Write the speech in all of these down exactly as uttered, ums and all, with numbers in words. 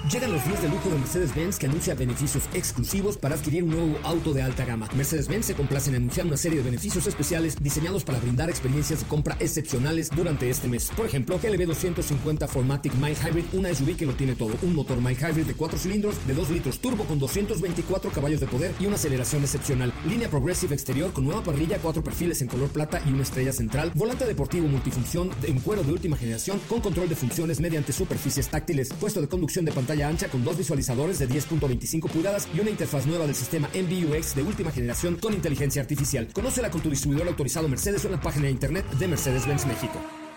Llegan los días de lujo de Mercedes-Benz, que anuncia beneficios exclusivos para adquirir un nuevo auto de alta gama. Mercedes-Benz se complace en anunciar una serie de beneficios especiales diseñados para brindar experiencias de compra excepcionales durante este mes. Por ejemplo, G L B doscientos cincuenta cuatro matic Mild Hybrid, una S U V que lo tiene todo. Un motor Mild Hybrid de cuatro cilindros de dos litros turbo con doscientos veinticuatro caballos de poder y una aceleración excepcional. Línea Progressive exterior con nueva parrilla, cuatro perfiles en color plata y una estrella central. Volante deportivo multifunción en cuero de última generación con control de funciones mediante superficies táctiles. Puesto de conducción de pantalla ancha con dos visualizadores de diez punto veinticinco pulgadas y una interfaz nueva del sistema M B U X de última generación con inteligencia artificial. Conócela con tu distribuidor autorizado Mercedes o en la página de internet de Mercedes-Benz México.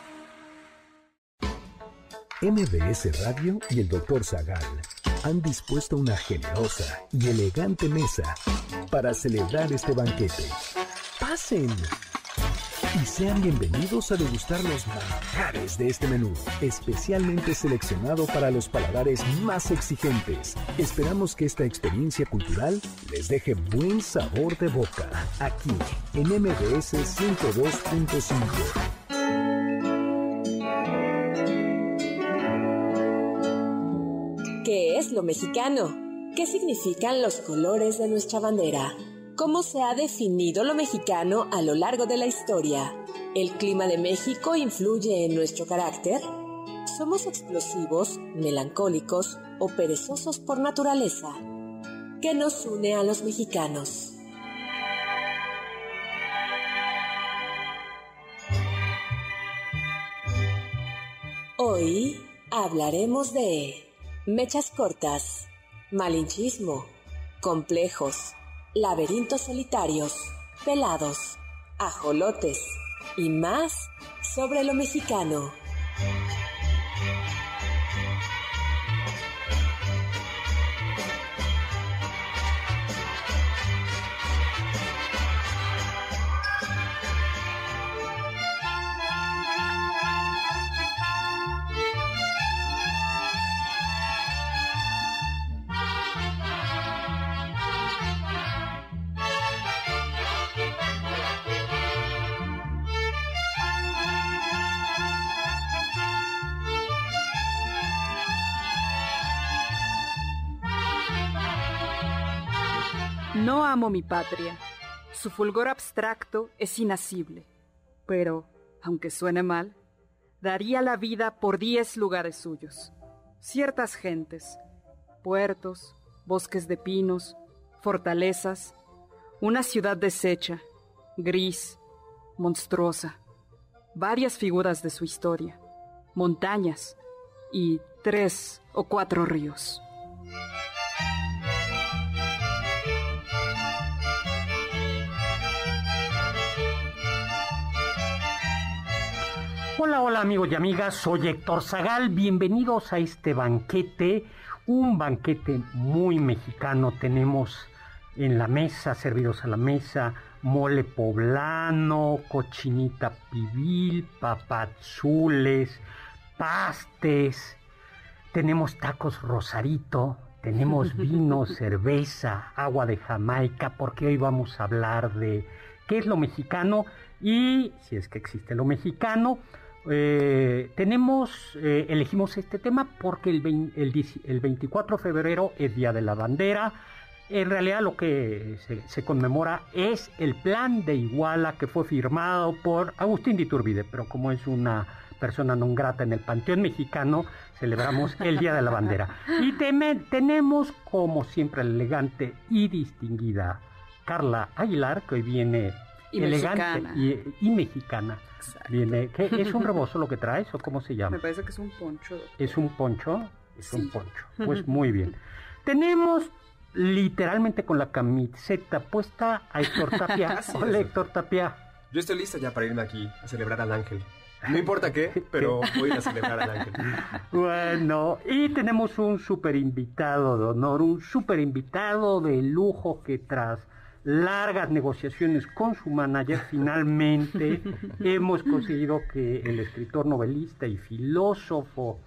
M B S Radio y el doctor Zagal han dispuesto una generosa y elegante mesa para celebrar este banquete. ¡Pasen! Y sean bienvenidos a degustar los manjares de este menú, especialmente seleccionado para los paladares más exigentes. Esperamos que esta experiencia cultural les deje buen sabor de boca, aquí en M B S ciento dos punto cinco. ¿Qué es lo mexicano? ¿Qué significan los colores de nuestra bandera? ¿Cómo se ha definido lo mexicano a lo largo de la historia? ¿El clima de México influye en nuestro carácter? ¿Somos explosivos, melancólicos o perezosos por naturaleza? ¿Qué nos une a los mexicanos? Hoy hablaremos de mechas cortas, malinchismo, complejos, laberintos solitarios, pelados, ajolotes y más sobre lo mexicano. No amo mi patria. Su fulgor abstracto es inasible. Pero, aunque suene mal, daría la vida por diez lugares suyos. Ciertas gentes, puertos, bosques de pinos, fortalezas, una ciudad deshecha, gris, monstruosa, varias figuras de su historia, montañas y tres o cuatro ríos. Hola, hola amigos y amigas, soy Héctor Zagal, bienvenidos a este banquete, un banquete muy mexicano. Tenemos en la mesa, servidos a la mesa, mole poblano, cochinita pibil, papazules, pastes, tenemos tacos Rosarito, tenemos vino, cerveza, agua de Jamaica, porque hoy vamos a hablar de qué es lo mexicano y si es que existe lo mexicano. Eh, tenemos, eh, elegimos este tema porque el, veinte, el, el veinticuatro de febrero es Día de la Bandera. En realidad lo que se, se conmemora es el Plan de Iguala, que fue firmado por Agustín de Iturbide, pero como es una persona non grata en el panteón mexicano, celebramos el Día de la Bandera. Y teme, tenemos como siempre la elegante y distinguida Carla Aguilar, que hoy viene y elegante mexicana. Y, y mexicana. Exacto. Viene, ¿qué, ¿Es un rebozo lo que traes o cómo se llama? Me parece que es un poncho. ¿Es un poncho? Es Sí. un poncho. Pues muy bien. Tenemos literalmente con la camiseta puesta a Héctor Tapia. Así Hola es. Héctor Tapia. Yo estoy listo ya para irme aquí a celebrar al ángel. No importa qué, pero voy a ir a celebrar al ángel. Bueno, y tenemos un super invitado de honor, un super invitado de lujo que tras largas negociaciones con su manager, finalmente hemos conseguido que el escritor, novelista y filósofo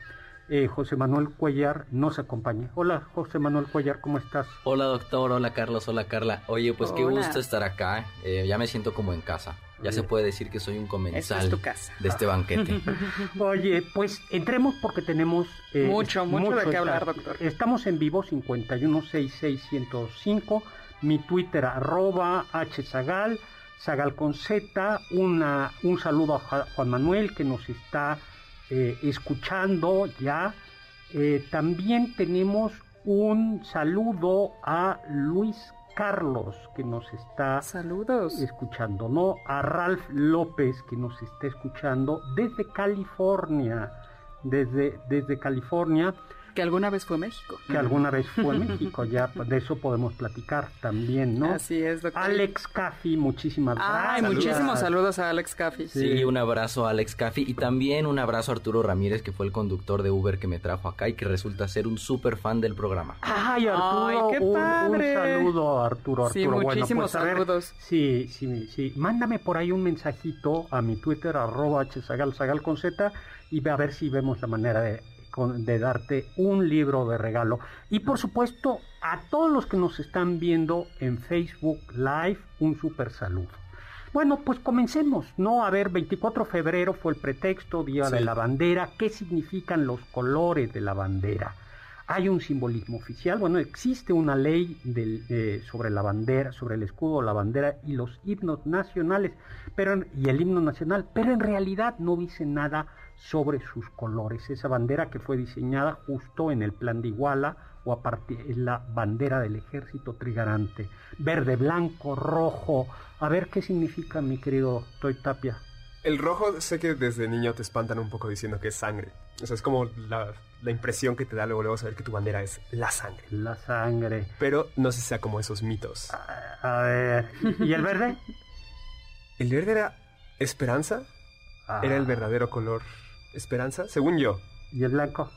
eh, José Manuel Cuellar nos acompañe. Hola, José Manuel Cuellar, ¿cómo estás? Hola, doctor. Hola, Carlos. Hola, Carla. Oye, pues Hola. qué gusto estar acá. Eh, ya me siento como en casa. Ya Bien. se puede decir que soy un comensal Esta es tu casa. de este banquete. Oye, pues entremos porque tenemos... eh, Mucho, mucho de qué esta- hablar, doctor. Estamos en vivo, cincuenta y uno sesenta y seis ciento cinco, mi Twitter, arroba hzagal, Zagal con Z, una, un saludo a Ja- Juan Manuel que nos está eh, escuchando ya. Eh, también tenemos un saludo a Luis Carlos que nos está Saludos. escuchando, ¿no? A Ralph López que nos está escuchando desde California, desde, desde California, Que alguna vez fue México. que alguna vez fue México, ya de eso podemos platicar también, ¿no? Así es, doctor. Alex Caffi, muchísimas Ay, gracias. muchísimos saludos a Alex Caffi. Sí, un abrazo a Alex Caffi y también un abrazo a Arturo Ramírez, que fue el conductor de Uber que me trajo acá y que resulta ser un súper fan del programa. Ay, Arturo, Ay, qué un- un, padre. saludo a Arturo, Arturo. Sí, Bueno, muchísimos pues, a ver, saludos. sí, sí, sí. Mándame por ahí un mensajito a mi Twitter, arroba hzagal, zagal con Z, y ve a ver si vemos la manera de, con- de darte un libro de regalo. Y por supuesto, a todos los que nos están viendo en Facebook Live, un súper saludo. Bueno, pues comencemos, ¿no? A ver, veinticuatro de febrero fue el pretexto, Día Sí. de la Bandera. ¿Qué significan los colores de la bandera? Hay un simbolismo oficial, bueno, existe una ley del, eh, sobre la bandera, sobre el escudo, la bandera y los himnos nacionales, pero en- y el himno nacional, pero en realidad no dice nada sobre sus colores. Esa bandera que fue diseñada justo en el Plan de Iguala o a partir es la bandera del ejército trigarante, verde, blanco, rojo. A ver qué significa, mi querido Toy Tapia. El rojo sé que desde niño te espantan un poco diciendo que es sangre. O sea, es como la, la impresión que te da luego, luego saber que tu bandera es la sangre. La sangre. Pero no sé si sea como esos mitos. A ver, ¿y el verde? ¿El verde era esperanza? Ah, ¿Era el verdadero color esperanza? Según yo. ¿Y el blanco?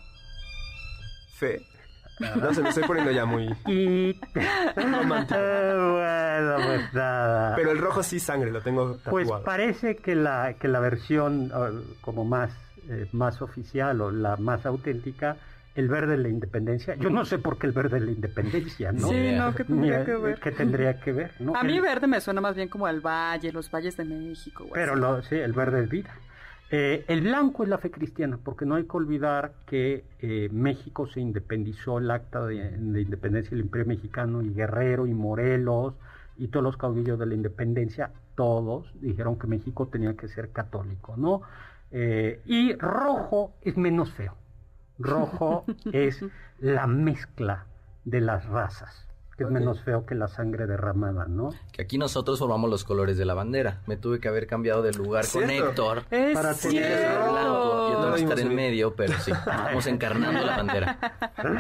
Fe. No se me estoy poniendo ya muy... Y... Romántico. bueno, pues nada. Pero el rojo sí sangre, lo tengo Pues tatuado. parece que la, que la versión uh, como más, eh, más oficial o la más auténtica, el verde de la independencia. Yo no sé por qué el verde de la independencia, ¿no? Sí, no, ¿qué tendría Ni- que ver? ¿Qué tendría que ver? ¿no? A mí El- verde me suena más bien como al valle, los valles de México. o Pero así. lo, sí, el verde es vida. Eh, el blanco es la fe cristiana, porque no hay que olvidar que eh, México se independizó, el acta de, de independencia del Imperio Mexicano, y Guerrero y Morelos y todos los caudillos de la independencia, todos dijeron que México tenía que ser católico, ¿no? Eh, y rojo es menos feo. Rojo es la mezcla de las razas, que es Ok. menos feo que la sangre derramada, ¿no? Que aquí nosotros formamos los colores de la bandera. Me tuve que haber cambiado de lugar con ¿Cierto? Héctor. Es Para Porque él es cierto. blanco y yo No tengo lo que estar vimos en bien. medio, pero sí, estamos encarnando la bandera.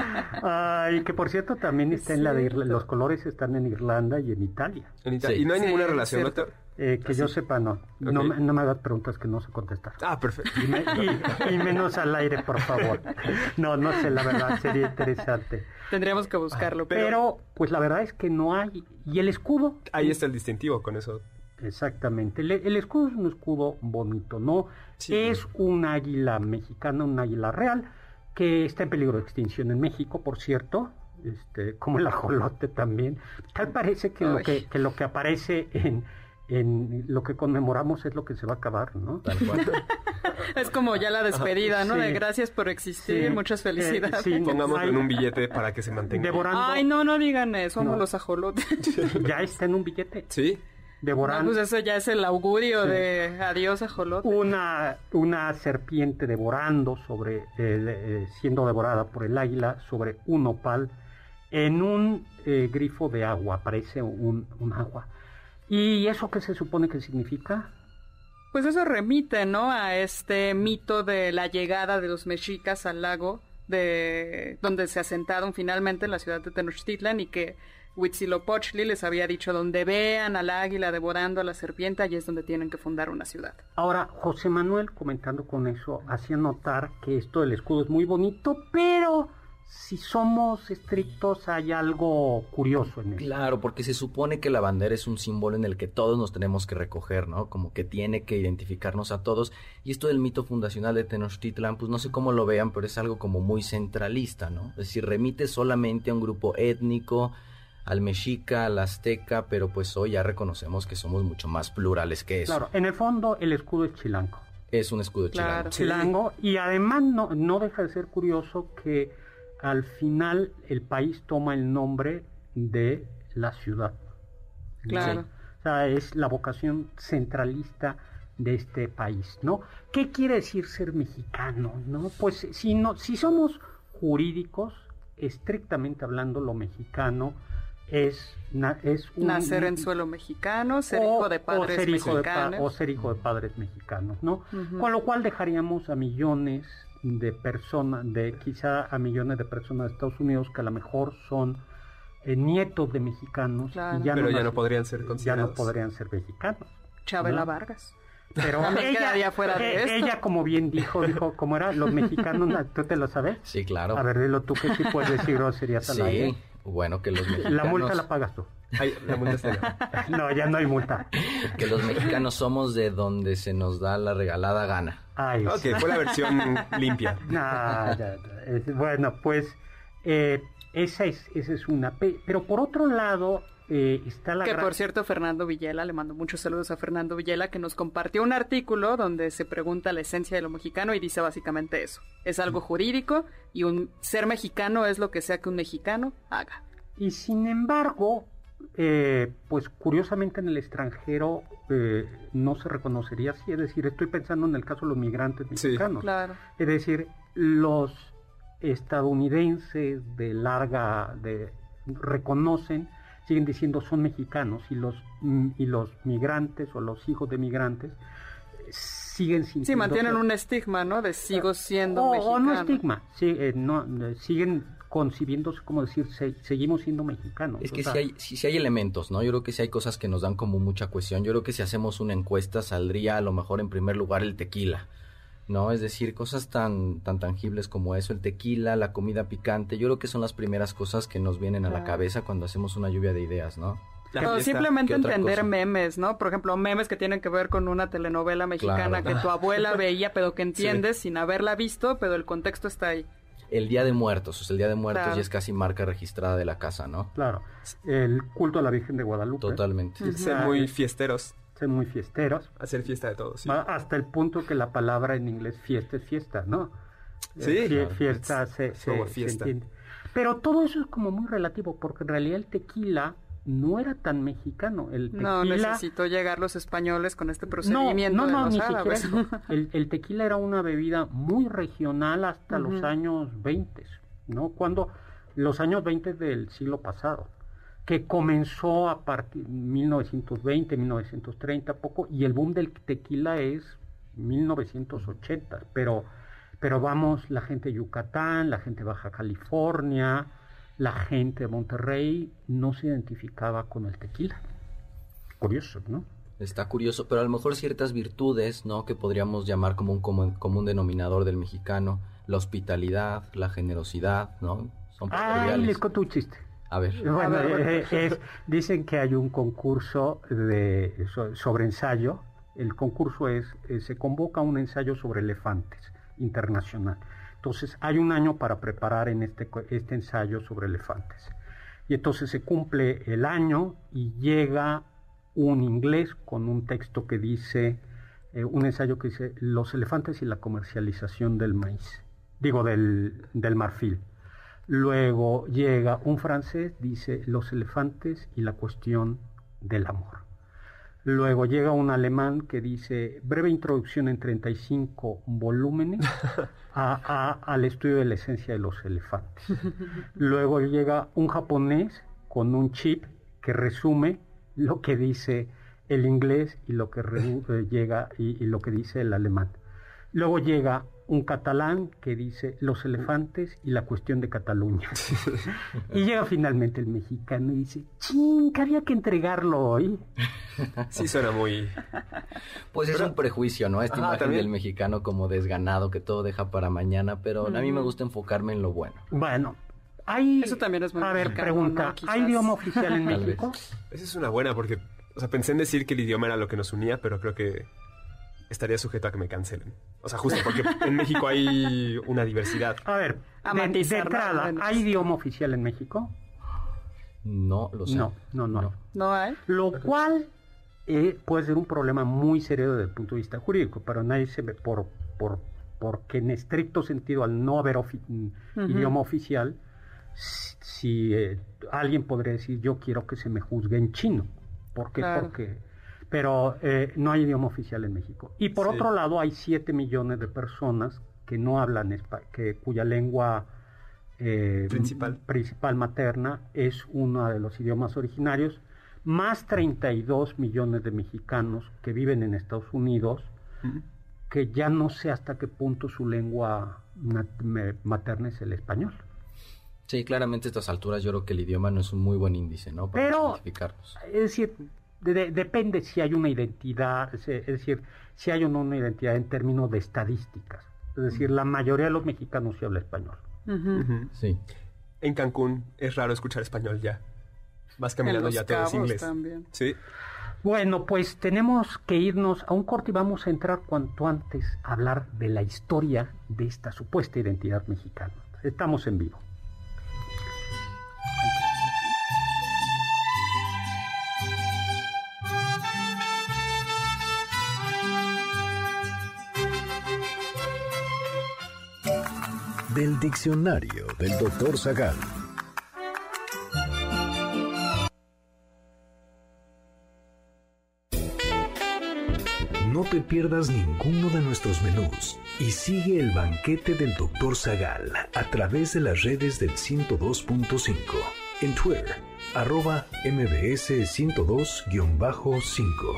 Ay, que por cierto también está en la de Irla- los colores están en Irlanda y en Italia. En Italia. Sí. Y no hay Sí, ninguna es relación, cierto. doctor. Eh, que yo sepa, no. No, Ok. me- no me hagas preguntas que no sé contestar. Ah, perfecto. Y, me- y- y menos al aire, por favor. No, no sé, la verdad, sería interesante. Tendríamos que buscarlo. Pero, Pero, pues la verdad es que no hay. ¿Y el escudo? Ahí está el distintivo con eso. Exactamente. El, el escudo es un escudo bonito, ¿no? Sí. Es un águila mexicana, un águila real, que está en peligro de extinción en México, por cierto. Este, como el ajolote también. Tal parece que lo Ay. que, que lo que aparece en, en lo que conmemoramos es lo que se va a acabar, ¿no? Tal cual. es como ya la despedida, ¿no? Sí. De gracias por existir, Sí. muchas felicidades. Eh, sí. Pongámoslo Hay- en un billete para que se mantenga. Devorando. Ay, no, no digan eso, No. como los ajolotes. Ya está en un billete. Sí. No, Devorando. pues eso ya es el augurio Sí. de adiós ajolote. Una, una serpiente devorando sobre, el, eh, siendo devorada por el águila sobre un opal en un eh, grifo de agua, parece un, un agua. ¿Y eso qué se supone que significa? Pues eso remite, ¿no? A este mito de la llegada de los mexicas al lago, de donde se asentaron finalmente en la ciudad de Tenochtitlan y que Huitzilopochtli les había dicho donde vean al águila devorando a la serpiente, allí es donde tienen que fundar una ciudad. Ahora, José Manuel, comentando con eso, hacía notar que esto del escudo es muy bonito, pero si somos estrictos hay algo curioso en eso. Claro, porque se supone que la bandera es un símbolo en el que todos nos tenemos que recoger, ¿no? Como que tiene que identificarnos a todos. Y esto del mito fundacional de Tenochtitlan, pues no sé cómo lo vean, pero es algo como muy centralista, ¿no? Es decir, remite solamente a un grupo étnico, al mexica, al azteca, pero pues hoy ya reconocemos que somos mucho más plurales que eso. Claro, en el fondo el escudo es chilango. Es un escudo Claro. chilango. Chilango, y además no, no deja de ser curioso que al final el país toma el nombre de la ciudad. Claro. Sí. O sea, es la vocación centralista de este país, ¿no? ¿Qué quiere decir ser mexicano, no? Pues si no, si somos jurídicos, estrictamente hablando, lo mexicano es, na, es un, Nacer en suelo mexicano, ser o, hijo de padres o ser hijo mexicanos. De pa, o ser hijo de padres mexicanos, ¿no? Uh-huh. Con lo cual dejaríamos a millones de personas, de quizá a millones de personas de Estados Unidos que a lo mejor son eh, nietos de mexicanos, Claro. y ya Pero no, ya no podrían ser ya considerados. no podrían ser mexicanos. Chabela ¿no? Vargas. Pero También quedaría fuera de eh, esto. ella, como bien dijo, dijo, ¿cómo era? Los mexicanos, ¿tú te lo sabes? Sí, claro. A ver, dilo tú, que sí puedes decir groserías al aire. Sí, bueno, que los mexicanos... La multa la pagas tú. Ay, la multa está No, ya no hay multa. Que los mexicanos somos de donde se nos da la regalada gana. Ay, Ok, sí. fue la versión limpia. No, ya, ya. Es- bueno, pues eh, esa es esa es una. Pe- Pero por otro lado eh, está la Que gran- por cierto, Fernando Villela, le mando muchos saludos a Fernando Villela, que nos compartió un artículo donde se pregunta la esencia de lo mexicano y dice básicamente eso. Es algo jurídico y un ser mexicano es lo que sea que un mexicano haga. Y sin embargo, eh, pues curiosamente en el extranjero eh, no se reconocería así. Es decir, estoy pensando en el caso de los migrantes Sí. mexicanos. Claro. Es decir, los estadounidenses de larga, de reconocen, siguen diciendo son mexicanos, y los mm, y los migrantes o los hijos de migrantes eh, siguen sintiendo. Sí, mantienen un estigma, ¿no? De sigo siendo o, mexicano. o no estigma, sí, eh, no, eh, siguen concibiéndose como decir se- seguimos siendo mexicanos. Es o que sea, sí hay, sí, sí hay elementos, ¿no? Yo creo que sí hay cosas que nos dan como mucha cuestión. Yo creo que si hacemos una encuesta saldría a lo mejor en primer lugar el tequila, ¿no? Es decir, cosas tan, tan tangibles como eso, el tequila, la comida picante. Yo creo que son las primeras cosas que nos vienen a la Claro. cabeza cuando hacemos una lluvia de ideas, ¿no? La O fiesta. simplemente ¿Qué otra entender cosa? memes, ¿no? Por ejemplo, memes que tienen que ver con una telenovela mexicana Claro. que tu abuela veía, pero que entiendes sin haberla visto, pero el contexto está ahí. El Día de Muertos, o sea, el Día de Muertos Claro. ya es casi marca registrada de la casa, ¿no? Claro, el culto a la Virgen de Guadalupe. Totalmente. Ujú. Ser muy fiesteros. Ser muy fiesteros. Hacer fiesta de todos. Sí. Va hasta el punto que la palabra en inglés fiesta es fiesta, ¿no? Sí. Eh, fie- Claro, fiesta it's- se, it's se- our se fiesta. entiende. Pero todo eso es como muy relativo, porque en realidad el tequila no era tan mexicano. El No tequila... necesitó llegar los españoles con este No, procedimiento no, de no, los ni árabes. siquiera eso. El, el tequila era una bebida muy regional hasta los Ujú. años veinte, ¿no? Cuando los años veinte del siglo pasado, que comenzó a partir de mil novecientos veinte, mil novecientos treinta, poco, y el boom del tequila es mil novecientos ochenta, pero, pero vamos, la gente de Yucatán, la gente de Baja California, la gente de Monterrey no se identificaba con el tequila. Curioso, ¿no? Está curioso, pero a lo mejor ciertas virtudes, ¿no? Que podríamos llamar como un común, común denominador del mexicano, la hospitalidad, la generosidad, ¿no? Son Ay, primordiales. les conto un chiste. A ver, Bueno, A ver, bueno. eh, es- dicen que hay un concurso de, so- sobre ensayo. El concurso es, eh, se convoca un ensayo sobre elefantes internacional. Entonces, hay un año para preparar en este, co- este ensayo sobre elefantes. Y entonces se cumple el año y llega un inglés con un texto que dice, eh, un ensayo que dice, los elefantes y la comercialización del maíz. Digo, del, del marfil. Luego llega un francés, dice los elefantes y la cuestión del amor. Luego llega un alemán que dice breve introducción en treinta y cinco volúmenes a, a- al estudio de la esencia de los elefantes. Luego llega un japonés con un chip que resume lo que dice el inglés y lo que re- eh, llega y, y lo que dice el alemán. Luego llega un catalán que dice los elefantes y la cuestión de Cataluña. Y llega finalmente el mexicano y dice, ching, que había que entregarlo hoy. Sí, suena muy... Pues es pero... un prejuicio, ¿no? Esta Ajá, imagen ¿también? del mexicano como desganado, que todo deja para mañana, pero mm. a mí me gusta enfocarme en lo bueno. Bueno, hay... Eso también es muy A ver, mexicano, pregunta, ¿no? ¿hay idioma oficial en Tal México? vez. Esa es una buena porque, o sea, pensé en decir que el idioma era lo que nos unía, pero creo que estaría sujeto a que me cancelen. O sea, justo porque en México hay una diversidad. A ver, A de, de matizar, entrada, ¿no? ¿hay idioma oficial en México? No lo sé. No, no, no, hay. No. ¿No hay? Lo cual eh, puede ser un problema muy serio desde el punto de vista jurídico, pero nadie se ve por, por porque en estricto sentido, al no haber ofi- uh-huh. idioma oficial, si, si eh, alguien podría decir, yo quiero que se me juzgue en chino. ¿Por qué? Claro. Porque... Pero eh, no hay idioma oficial en México. Y por Sí. otro lado, hay siete millones de personas que no hablan español, que cuya lengua eh, Principal. principal materna es uno de los idiomas originarios, más treinta y dos millones de mexicanos que viven en Estados Unidos, Uh-huh. que ya no sé hasta qué punto su lengua nat- me- materna es el español. Sí, claramente a estas alturas yo creo que el idioma no es un muy buen índice, ¿no? Para Pero- identificarnos. Es decir, de- de- depende si hay una identidad, es es decir, si hay o no una identidad en términos de estadísticas. Es decir, la mayoría de los mexicanos sí habla español. Uh-huh. Uh-huh. Sí. En Cancún es raro escuchar español ya. Vas caminando En ya Los todo es Cabos inglés. también. Sí. Bueno, pues tenemos que irnos a un corte y vamos a entrar cuanto antes a hablar de la historia de esta supuesta identidad mexicana. Estamos en vivo. Del diccionario del doctor Zagal. No te pierdas ninguno de nuestros menús y sigue el banquete del doctor Zagal a través de las redes del ciento dos punto cinco. En Twitter, arroba M B S ciento dos guión cinco.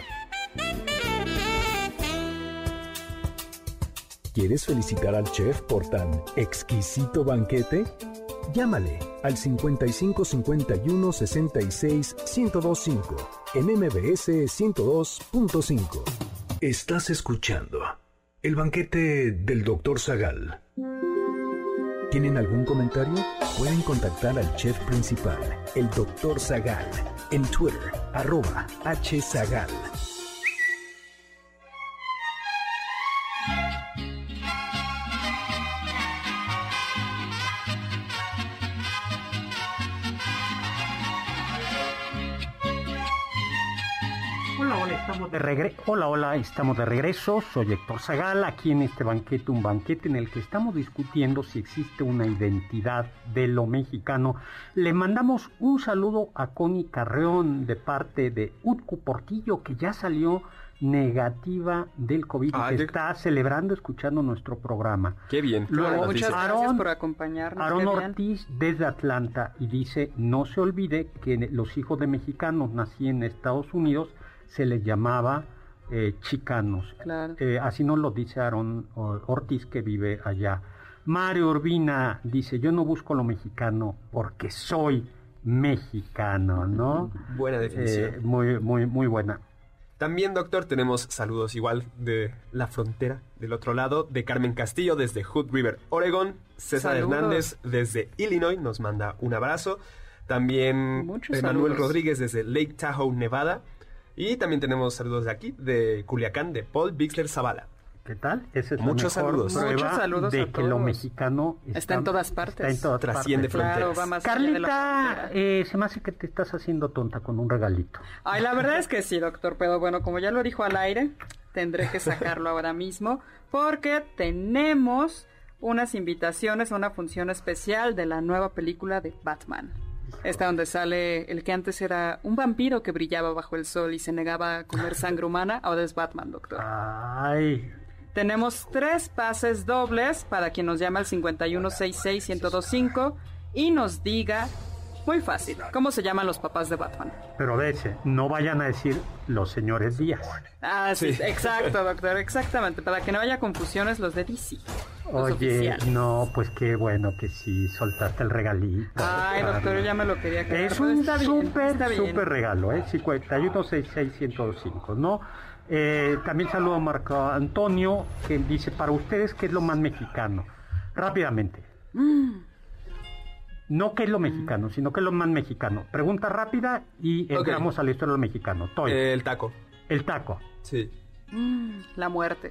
¿Quieres felicitar al chef por tan exquisito banquete? Llámale al cincuenta y cinco cincuenta y uno sesenta y seis ciento veinticinco en M B S ciento dos punto cinco. Estás escuchando el banquete del doctor Zagal. ¿Tienen algún comentario? Pueden contactar al chef principal, el doctor Zagal, en Twitter, arroba hzagal. Hola, hola, estamos de regreso. Hola, hola, estamos de regreso. Soy Héctor Zagal, aquí en este banquete, un banquete en el que estamos discutiendo si existe una identidad de lo mexicano. Le mandamos un saludo a Connie Carreón de parte de Utku Portillo, que ya salió negativa del COVID Ah, y que qué- está celebrando, escuchando nuestro programa. Qué bien. qué Luego, buena Muchas noticia. Aaron- gracias por acompañarnos. Aaron qué bien. Ortiz desde Atlanta y dice, no se olvide que los hijos de mexicanos nacidos en Estados Unidos se les llamaba eh, chicanos. Claro. Eh, así nos lo dice Aaron o- Ortiz, que vive allá. Mario Urbina dice, yo no busco lo mexicano porque soy mexicano, ¿no? Buena definición. Eh, muy, muy, muy buena. También, doctor, tenemos saludos igual de la frontera, del otro lado, de Carmen Castillo desde Hood River, Oregon. César Saludos. Hernández desde Illinois nos manda un abrazo. También Muchos Emanuel saludos. Rodríguez desde Lake Tahoe, Nevada. Y también tenemos saludos de aquí, de Culiacán, de Paul Bixler Zavala. ¿Qué tal? Esa es la Muchos mejor saludos. prueba Muchos saludos de a que lo todos. mexicano Está en todas partes. Está en todas Trasciende partes. fronteras. Claro, va más allá de la Carlita, frontera. eh, se me hace que te estás haciendo tonta con un regalito. Ay, la verdad es que sí, doctor, pero bueno, como ya lo dijo al aire, tendré que sacarlo ahora mismo, porque tenemos unas invitaciones a una función especial de la nueva película de Batman. Esta donde sale el que antes era un vampiro que brillaba bajo el sol y se negaba a comer sangre humana, ahora es Batman, doctor. Ay, Tenemos tres pases dobles para quien nos llama al cincuenta y uno sesenta y seis, ciento veinticinco y nos diga Muy fácil. ¿Cómo se llaman los papás de Batman? Pero de ese, no vayan a decir los señores Díaz. Ah, sí, sí. Exacto, doctor, exactamente. Para que no haya confusiones, los de D C. Los Oye, oficiales. no, pues qué bueno que sí soltaste el regalito. Ay, doctor, yo ya me lo quería quedar. Es un está bien, súper, está bien. súper regalo, ¿eh? cincuenta y uno sesenta y seis ciento cinco, ¿no? Eh, también saludo a Marco Antonio, que dice, para ustedes, ¿qué es lo más mexicano? Rápidamente. Mm. No qué es lo mexicano, sino qué es lo más mexicano. Pregunta rápida y entramos okay. a la historia de lo mexicano. Toy. Eh, el taco. El taco. Sí. Mm, la muerte.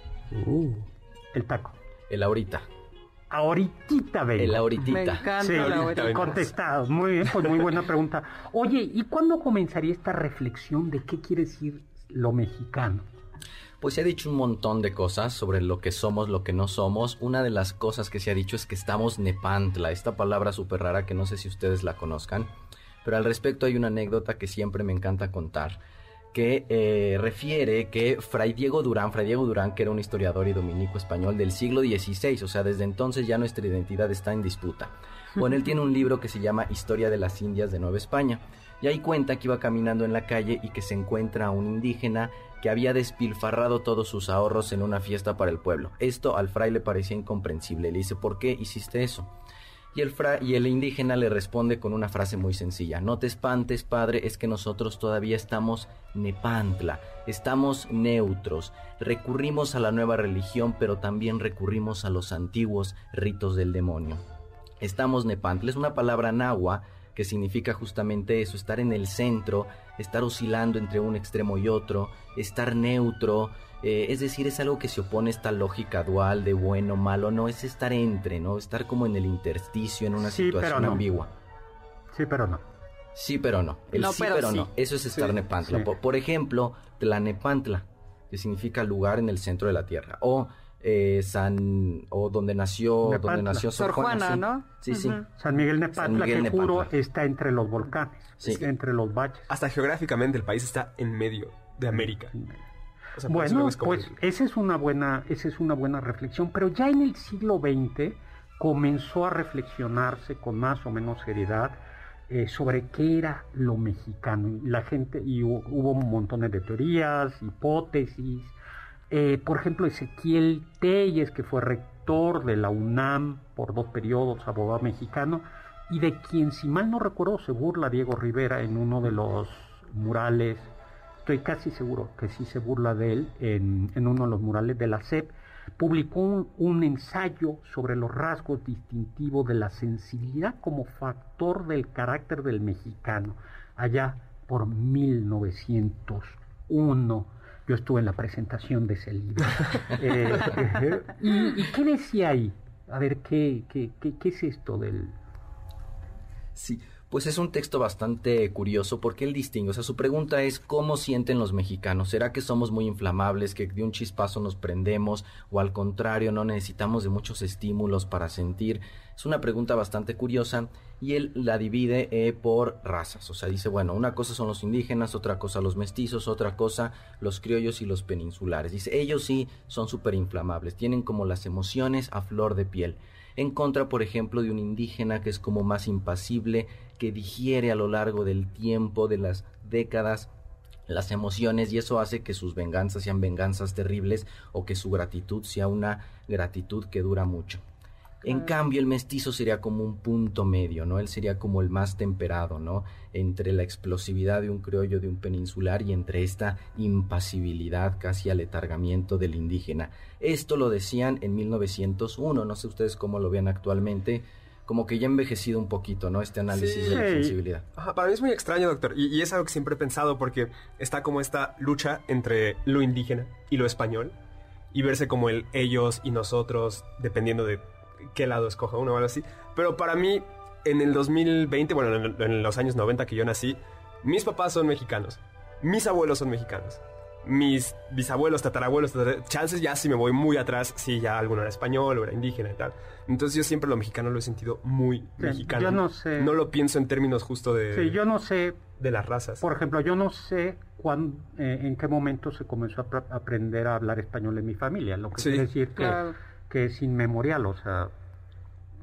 Uh. El taco. El ahorita. Ahoritita, vengo. El ahoritita. Me encanta sí, la ahorita. Contestado. Muy bien, pues muy buena pregunta. Oye, ¿y cuándo comenzaría esta reflexión de qué quiere decir lo mexicano? Pues se ha dicho un montón de cosas sobre lo que somos, lo que no somos. Una de las cosas que se ha dicho es que estamos Nepantla, esta palabra súper rara que no sé si ustedes la conozcan, pero al respecto hay una anécdota que siempre me encanta contar, que eh, refiere que Fray Diego Durán, Fray Diego Durán, que era un historiador y dominico español del siglo dieciséis, o sea, desde entonces ya nuestra identidad está en disputa. Bueno, él tiene un libro que se llama Historia de las Indias de Nueva España, y ahí cuenta que iba caminando en la calle y que se encuentra a un indígena que había despilfarrado todos sus ahorros en una fiesta para el pueblo. Esto al fray le parecía incomprensible. Le dice, ¿por qué hiciste eso? Y el, fra- y el indígena le responde con una frase muy sencilla. No te espantes, padre, es que nosotros todavía estamos Nepantla, estamos neutros. Recurrimos a la nueva religión, pero también recurrimos a los antiguos ritos del demonio. Estamos Nepantla, es una palabra náhuatl que significa justamente eso, estar en el centro, estar oscilando entre un extremo y otro, estar neutro, eh, es decir, es algo que se opone a esta lógica dual de bueno, malo, no, es estar entre, ¿no? Estar como en el intersticio, en una sí, situación no. ambigua. Sí, pero no. Sí, pero no. El no, sí, pero, pero sí. no. Eso es estar sí, Nepantla. sí. Por, por ejemplo, Tlanepantla, que significa lugar en el centro de la tierra, o Eh, San o donde nació Nepantla. donde nació Sor Juana, sí. ¿no? Sí, sí. Uh-huh. San Miguel Nepantla, San Miguel que juro Nepantla. está entre los volcanes, Sí. entre los valles. Hasta geográficamente el país está en medio de América. O sea, por eso Bueno, luego es como pues el- esa es una buena, esa es una buena reflexión, pero ya en el siglo veinte comenzó a reflexionarse con más o menos seriedad eh, sobre qué era lo mexicano. Y la gente, y hu- hubo montones de teorías, hipótesis. Eh, por ejemplo, Ezequiel Telles, que fue rector de la UNAM por dos periodos, abogado mexicano, y de quien, si mal no recuerdo, se burla Diego Rivera en uno de los murales. Estoy casi seguro que sí se burla de él en, en uno de los murales de la S E P. Publicó un, un ensayo sobre los rasgos distintivos de la sensibilidad como factor del carácter del mexicano, allá por mil novecientos uno. Yo estuve en la presentación de ese libro. eh, eh, ¿y, ¿Y qué decía ahí? A ver, ¿qué, qué, qué, qué es esto del...? Sí, pues es un texto bastante curioso porque él distingue, o sea, su pregunta es ¿cómo sienten los mexicanos? ¿Será que somos muy inflamables, que de un chispazo nos prendemos o al contrario no necesitamos de muchos estímulos para sentir? Es una pregunta bastante curiosa y él la divide eh, por razas, o sea, dice, bueno, una cosa son los indígenas, otra cosa los mestizos, otra cosa los criollos y los peninsulares. Dice, ellos sí son súper inflamables, tienen como las emociones a flor de piel. En contra, por ejemplo, de un indígena que es como más impasible, que digiere a lo largo del tiempo, de las décadas, las emociones, y eso hace que sus venganzas sean venganzas terribles o que su gratitud sea una gratitud que dura mucho. En cambio, el mestizo sería como un punto medio, ¿no? Él sería como el más temperado, ¿no? Entre la explosividad de un criollo, de un peninsular, y entre esta impasibilidad, casi aletargamiento del indígena. Esto lo decían en mil novecientos uno, no sé ustedes cómo lo vean actualmente, como que ya ha envejecido un poquito, ¿no? Este análisis Sí. de la sensibilidad. Ajá, para mí es muy extraño, doctor, y, y es algo que siempre he pensado porque está como esta lucha entre lo indígena y lo español, y verse como el ellos y nosotros, dependiendo de qué lado escoja uno o algo así. Pero para mí, en el dos mil veinte, bueno, en, en los años noventa que yo nací, mis papás son mexicanos, mis abuelos son mexicanos, mis bisabuelos, tatarabuelos, tatara... chances ya si me voy muy atrás, sí, ya alguno era español o era indígena y tal. Entonces yo siempre lo mexicano lo he sentido muy Sí, mexicano. yo no sé. No lo pienso en términos justo de, Sí, yo no sé, de las razas. por ejemplo, yo no sé cuán, eh, en qué momento se comenzó a pr- aprender a hablar español en mi familia, lo que Sí, quiere decir que, claro. que es inmemorial, o sea,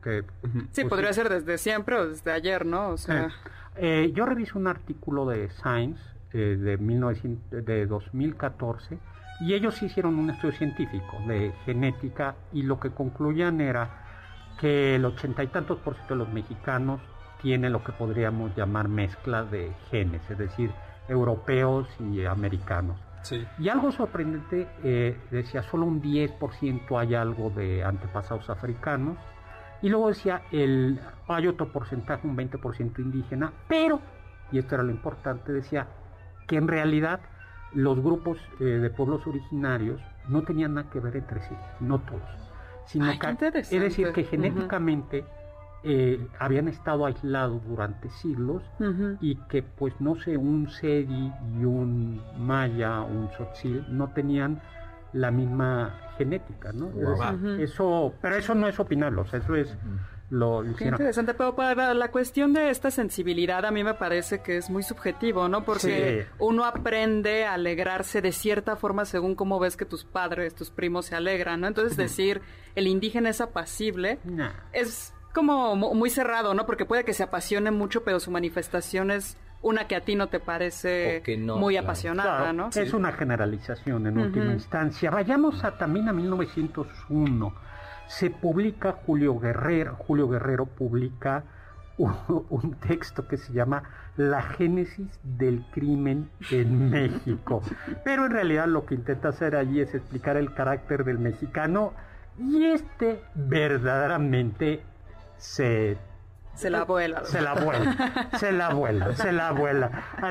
Que, sí, pues, podría sí. ser desde siempre o desde ayer, ¿no? O sea... Eh, eh, yo reviso un artículo de Science eh, de, mil novecientos, de dos mil catorce y ellos hicieron un estudio científico de genética y lo que concluían era que el ochenta y tantos por ciento de los mexicanos tiene lo que podríamos llamar mezcla de genes, es decir, europeos y americanos. Sí. Y algo sorprendente, eh, decía, solo un diez por ciento hay algo de antepasados africanos, y luego decía, el, hay otro porcentaje, un veinte por ciento indígena, pero, y esto era lo importante, decía que en realidad los grupos eh, de pueblos originarios no tenían nada que ver entre sí, no todos, sino Ay, que, es decir, que genéticamente... Uh-huh. Eh, habían estado aislados durante siglos uh-huh. y que pues no sé, un Seri y un Maya, un Tzotzil no tenían la misma genética, ¿no? Wow. Uh-huh. Eso, pero eso no es opinarlo, o sea, eso es uh-huh. lo, lo Qué interesante, pero para la cuestión de esta sensibilidad a mí me parece que es muy subjetivo, ¿no? Porque sí. uno aprende a alegrarse de cierta forma según cómo ves que tus padres, tus primos se alegran, ¿no? Entonces uh-huh. decir el indígena es apacible nah. es como muy cerrado, ¿no? Porque puede que se apasione mucho, pero su manifestación es una que a ti no te parece no, muy claro. apasionada, claro, ¿no? Es sí. una generalización en uh-huh. última instancia. Vayamos a, también a mil novecientos uno. Se publica Julio Guerrero, Julio Guerrero publica un, un texto que se llama La génesis del crimen en México. Pero en realidad lo que intenta hacer allí es explicar el carácter del mexicano y este verdaderamente se se la vuela se la vuela se la vuela se la vuela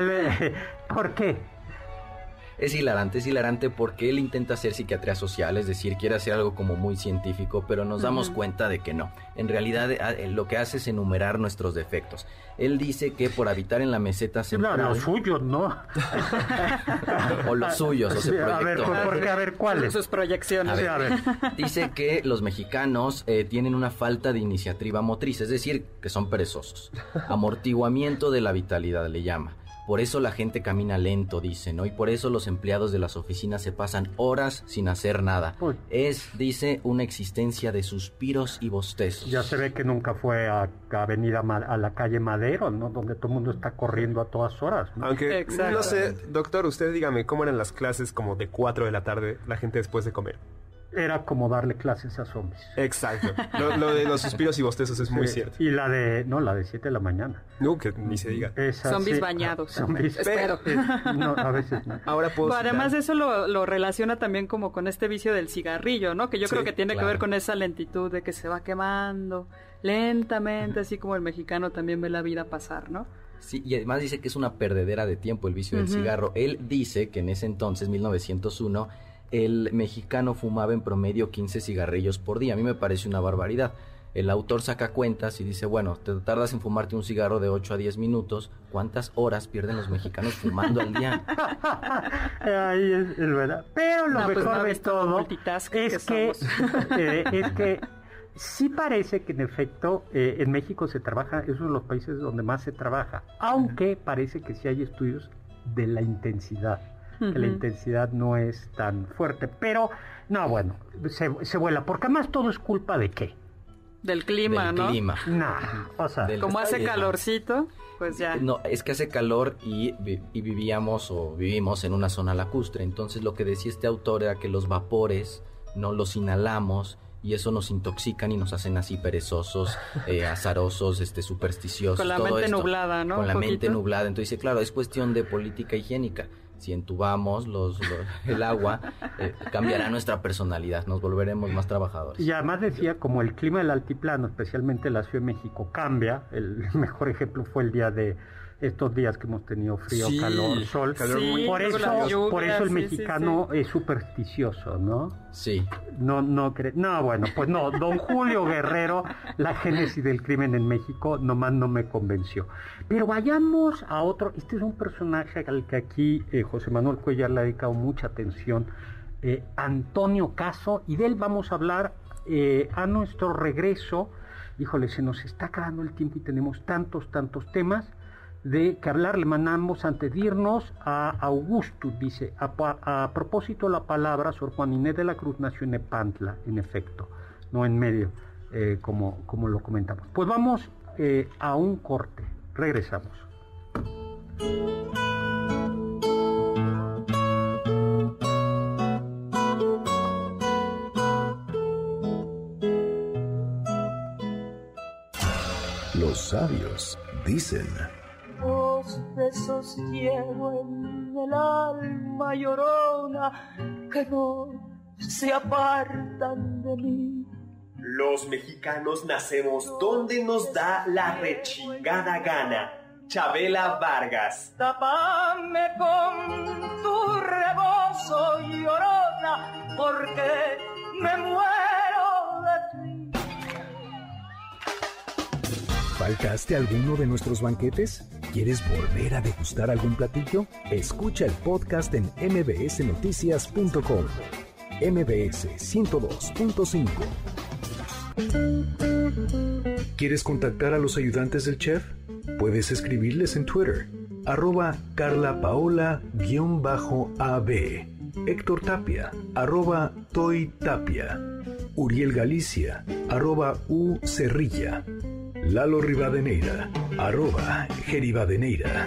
¿por qué? Es hilarante, es hilarante porque él intenta hacer psiquiatría social, es decir, quiere hacer algo como muy científico, pero nos damos uh-huh. cuenta de que no. En realidad lo que hace es enumerar nuestros defectos. Él dice que por habitar en la meseta central... No, los suyos, ¿no? o los suyos, o se proyectó. A ver, ¿por qué? A ver, ¿cuáles? Sus proyecciones. A ver, a ver. Dice que los mexicanos eh, tienen una falta de iniciativa motriz, es decir, que son perezosos. Amortiguamiento de la vitalidad le llama. Por eso la gente camina lento, dice, ¿no? Y por eso los empleados de las oficinas se pasan horas sin hacer nada. Uy. Es, dice, una existencia de suspiros y bostezos. Ya se ve que nunca fue a, a Avenida a la calle Madero, ¿no? Donde todo el mundo está corriendo a todas horas, ¿no? Aunque, no sé, doctor, usted dígame, ¿cómo eran las clases como de cuatro de la tarde, la gente después de comer? Era como darle clases a zombies. Exacto. Lo, lo de los suspiros y bostezos es sí. muy cierto. Y la de, no, la de siete de la mañana. No, que ni se diga. Esa, zombies sí. bañados. Zombies. Espero. No, a veces no. Ahora puedo Pero además eso lo, lo relaciona también como con este vicio del cigarrillo, ¿no? Que yo sí, creo que tiene claro. que ver con esa lentitud de que se va quemando lentamente, así como el mexicano también ve la vida pasar, ¿no? Sí, y además dice que es una perdedera de tiempo el vicio uh-huh. del cigarro. Él dice que en ese entonces, mil novecientos uno... el mexicano fumaba en promedio quince cigarrillos por día. A mí me parece una barbaridad. El autor saca cuentas y dice, bueno, te tardas en fumarte un cigarro de ocho a diez minutos. ¿Cuántas horas pierden los mexicanos fumando al día? Ahí es, es verdad. Pero lo no, mejor pues no de todo es que, que eh, es que sí parece que en efecto eh, en México se trabaja, es uno de los países donde más se trabaja, aunque parece que sí hay estudios de la intensidad. Que uh-huh. la intensidad no es tan fuerte, pero no, bueno, se, se vuela, porque además todo es culpa de ¿qué? Del clima, Del ¿no? clima. No, o sea, Del como hace calorcito, pues ya. No, es que hace calor y, y vivíamos o vivimos en una zona lacustre, entonces lo que decía este autor era que los vapores no los inhalamos y eso nos intoxican y nos hacen así perezosos, eh, azarosos, este, supersticiosos. Con la todo mente esto, nublada, ¿no? Con la Un mente poquito. nublada. Entonces dice, claro, es cuestión de política higiénica. Si entubamos los, los, el agua, eh, cambiará nuestra personalidad, nos volveremos más trabajadores. Y además decía, como el clima del altiplano, especialmente la Ciudad de México, cambia, el mejor ejemplo fue el día de estos días que hemos tenido frío, sí, calor, sol. Calor sí, muy... por, eso, lluvia, por eso el sí, mexicano sí, sí. es supersticioso, ¿no? Sí. No, no, cre... no, bueno, pues no, don Julio Guerrero, la génesis del crimen en México, nomás no me convenció. Pero vayamos a otro, este es un personaje al que aquí eh, José Manuel Cuellar le ha dedicado mucha atención, eh, Antonio Caso, y de él vamos a hablar eh, a nuestro regreso. Híjole, se nos está acabando el tiempo y tenemos tantos, tantos temas de que hablar. Le mandamos antes de irnos a Augusto, dice, a, a, a propósito de la palabra, Sor Juan Inés de la Cruz nació en Nepantla, en efecto, no en medio. eh, como, como lo comentamos. Pues vamos eh, a un corte, regresamos. Los sabios dicen: dos besos llevo en el alma llorona que no se apartan de mí. Los mexicanos nacemos donde nos da la rechingada gana. Chabela Vargas. Tápame con tu rebozo llorona porque me muero de ti. ¿Faltaste a alguno de nuestros banquetes? ¿Quieres volver a degustar algún platillo? Escucha el podcast en eme be ese noticias punto com. eme be ese ciento dos punto cinco. ¿Quieres contactar a los ayudantes del chef? Puedes escribirles en Twitter, arroba carlapaola-ab, Héctor Tapia, arroba Toy Tapia, Uriel Galicia, arroba U Cerrilla, Lalo Rivadeneira, arroba Geribadeneira.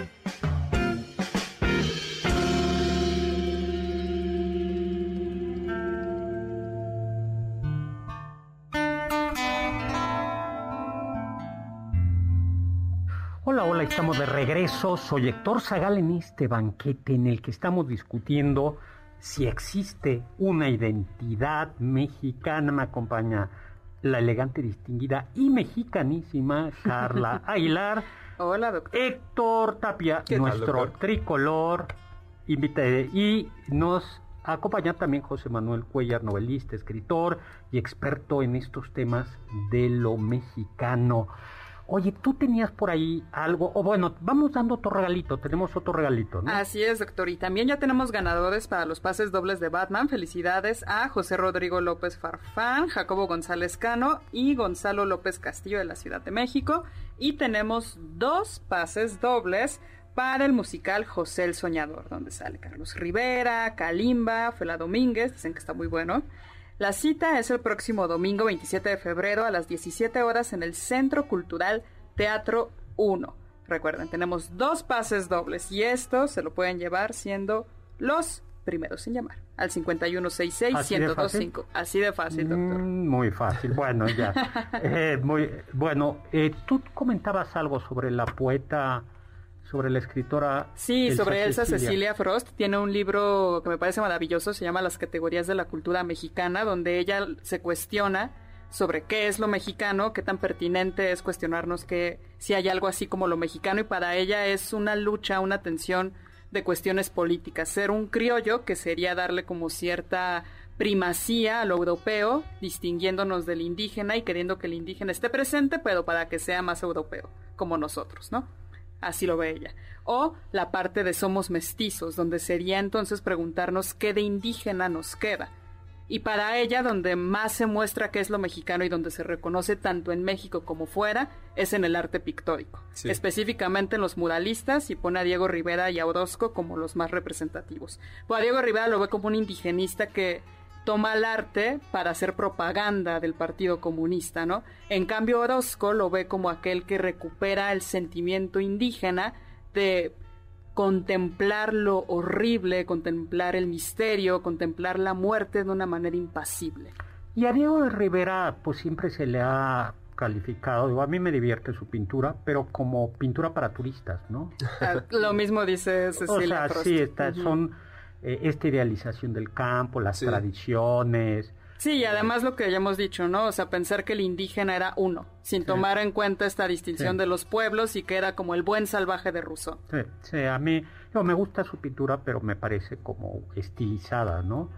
Hola, hola, estamos de regreso. Soy Héctor Zagal en este banquete en el que estamos discutiendo si existe una identidad mexicana. Me acompaña la elegante, distinguida y mexicanísima Carla Aguilar. Hola, doctor. Héctor Tapia, nuestro tal, tricolor invitado, y nos acompaña también José Manuel Cuellar, novelista, escritor y experto en estos temas de lo mexicano. Oye, tú tenías por ahí algo, o bueno, vamos dando otro regalito, tenemos otro regalito, ¿no? Así es, doctor, y también ya tenemos ganadores para los pases dobles de Batman. Felicidades a José Rodrigo López Farfán, Jacobo González Cano y Gonzalo López Castillo de la Ciudad de México. Y tenemos dos pases dobles para el musical José el Soñador, donde sale Carlos Rivera, Kalimba, Fela Domínguez, dicen que está muy bueno. La cita es el próximo domingo veintisiete de febrero a las diecisiete horas en el Centro Cultural Teatro uno. Recuerden, tenemos dos pases dobles y estos se lo pueden llevar siendo los primeros en llamar al cincuenta y uno sesenta y seis, ciento veinticinco. Así de fácil, doctor. Mm, muy fácil, bueno, ya. eh, muy, bueno, eh, tú comentabas algo sobre la poeta... sobre la escritora... Sí, Elsa sobre Elsa Cecilia. Cecilia Frost. Tiene un libro que me parece maravilloso, se llama Las categorías de la cultura mexicana, donde ella se cuestiona sobre qué es lo mexicano, qué tan pertinente es cuestionarnos que si hay algo así como lo mexicano, y para ella es una lucha, una tensión de cuestiones políticas. Ser un criollo, que sería darle como cierta primacía a lo europeo, distinguiéndonos del indígena y queriendo que el indígena esté presente, pero para que sea más europeo, como nosotros, ¿no? Así lo ve ella. O la parte de somos mestizos, donde sería entonces preguntarnos qué de indígena nos queda. Y para ella, donde más se muestra qué es lo mexicano y donde se reconoce tanto en México como fuera, es en el arte pictórico. Sí. Específicamente en los muralistas, y pone a Diego Rivera y a Orozco como los más representativos. Pues a Diego Rivera lo ve como un indigenista que toma el arte para hacer propaganda del Partido Comunista, ¿no? En cambio, Orozco lo ve como aquel que recupera el sentimiento indígena de contemplar lo horrible, contemplar el misterio, contemplar la muerte de una manera impasible. Y a Diego de Rivera, pues siempre se le ha calificado, digo, a mí me divierte su pintura, pero como pintura para turistas, ¿no? Lo mismo dice Cecilia O sea, Frost. sí, está, Uh-huh. son... Eh, esta idealización del campo, las sí. tradiciones. Sí, y además lo que ya hemos dicho, ¿no? O sea, pensar que el indígena era uno, sin sí. tomar en cuenta esta distinción sí. de los pueblos y que era como el buen salvaje de Rousseau. Sí, sí, a mí no, me gusta su pintura, pero me parece como estilizada, ¿no?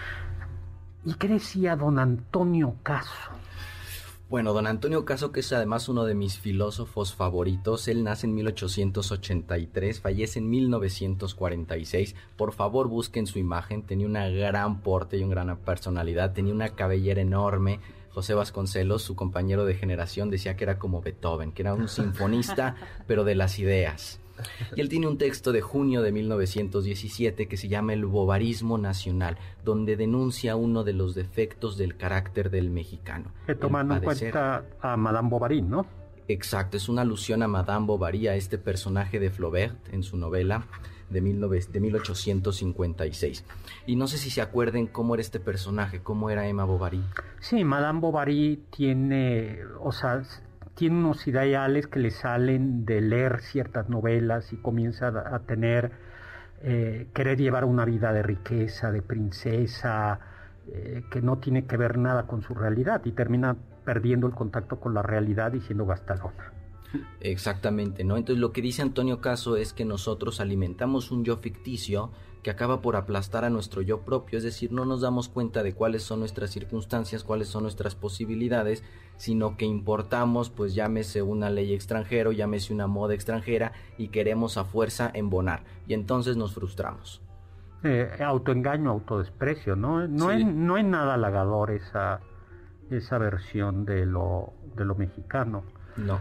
¿Y qué decía don Antonio Caso? Bueno, don Antonio Caso, que es además uno de mis filósofos favoritos, él nace en mil ochocientos ochenta y tres, fallece en mil novecientos cuarenta y seis. Por favor, busquen su imagen, tenía una gran porte y una gran personalidad, tenía una cabellera enorme. José Vasconcelos, su compañero de generación, decía que era como Beethoven, que era un sinfonista, pero de las ideas. Y él tiene un texto de junio de mil novecientos diecisiete que se llama El bobarismo nacional, donde denuncia uno de los defectos del carácter del mexicano. Que tomando en cuenta a Madame Bovary, ¿no? Exacto, es una alusión a Madame Bovary, a este personaje de Flaubert en su novela de, de mil ochocientos cincuenta y seis. Y no sé si se acuerden cómo era este personaje, cómo era Emma Bovary. Sí, Madame Bovary tiene, o sea, tiene unos ideales que le salen de leer ciertas novelas y comienza a, a tener, eh, querer llevar una vida de riqueza, de princesa, eh, que no tiene que ver nada con su realidad y termina perdiendo el contacto con la realidad y siendo gastalona. Exactamente, ¿no? Entonces lo que dice Antonio Caso es que nosotros alimentamos un yo ficticio que acaba por aplastar a nuestro yo propio, es decir, no nos damos cuenta de cuáles son nuestras circunstancias, cuáles son nuestras posibilidades, sino que importamos, pues llámese una ley extranjera, llámese una moda extranjera y queremos a fuerza embonar y entonces nos frustramos. Eh, autoengaño, autodesprecio, ¿no? No, sí. es, no es nada halagador esa, esa versión de lo, de lo mexicano. No.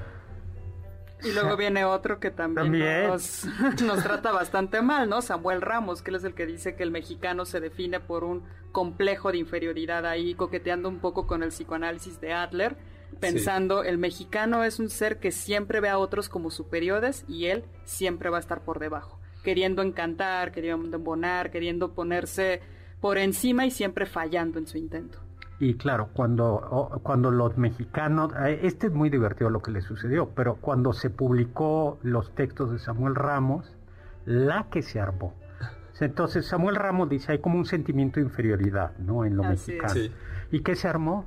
Y luego viene otro que también, ¿También? Nos, nos trata bastante mal, ¿no? Samuel Ramos, que él es el que dice que el mexicano se define por un complejo de inferioridad, ahí coqueteando un poco con el psicoanálisis de Adler, pensando sí. el mexicano es un ser que siempre ve a otros como superiores y él siempre va a estar por debajo, queriendo encantar, queriendo embonar, queriendo ponerse por encima y siempre fallando en su intento. Y claro, cuando, cuando los mexicanos, este es muy divertido lo que le sucedió, pero cuando se publicó los textos de Samuel Ramos, la que se armó. Entonces Samuel Ramos dice, hay como un sentimiento de inferioridad, ¿no? En lo Así mexicano. Sí. ¿Y qué se armó?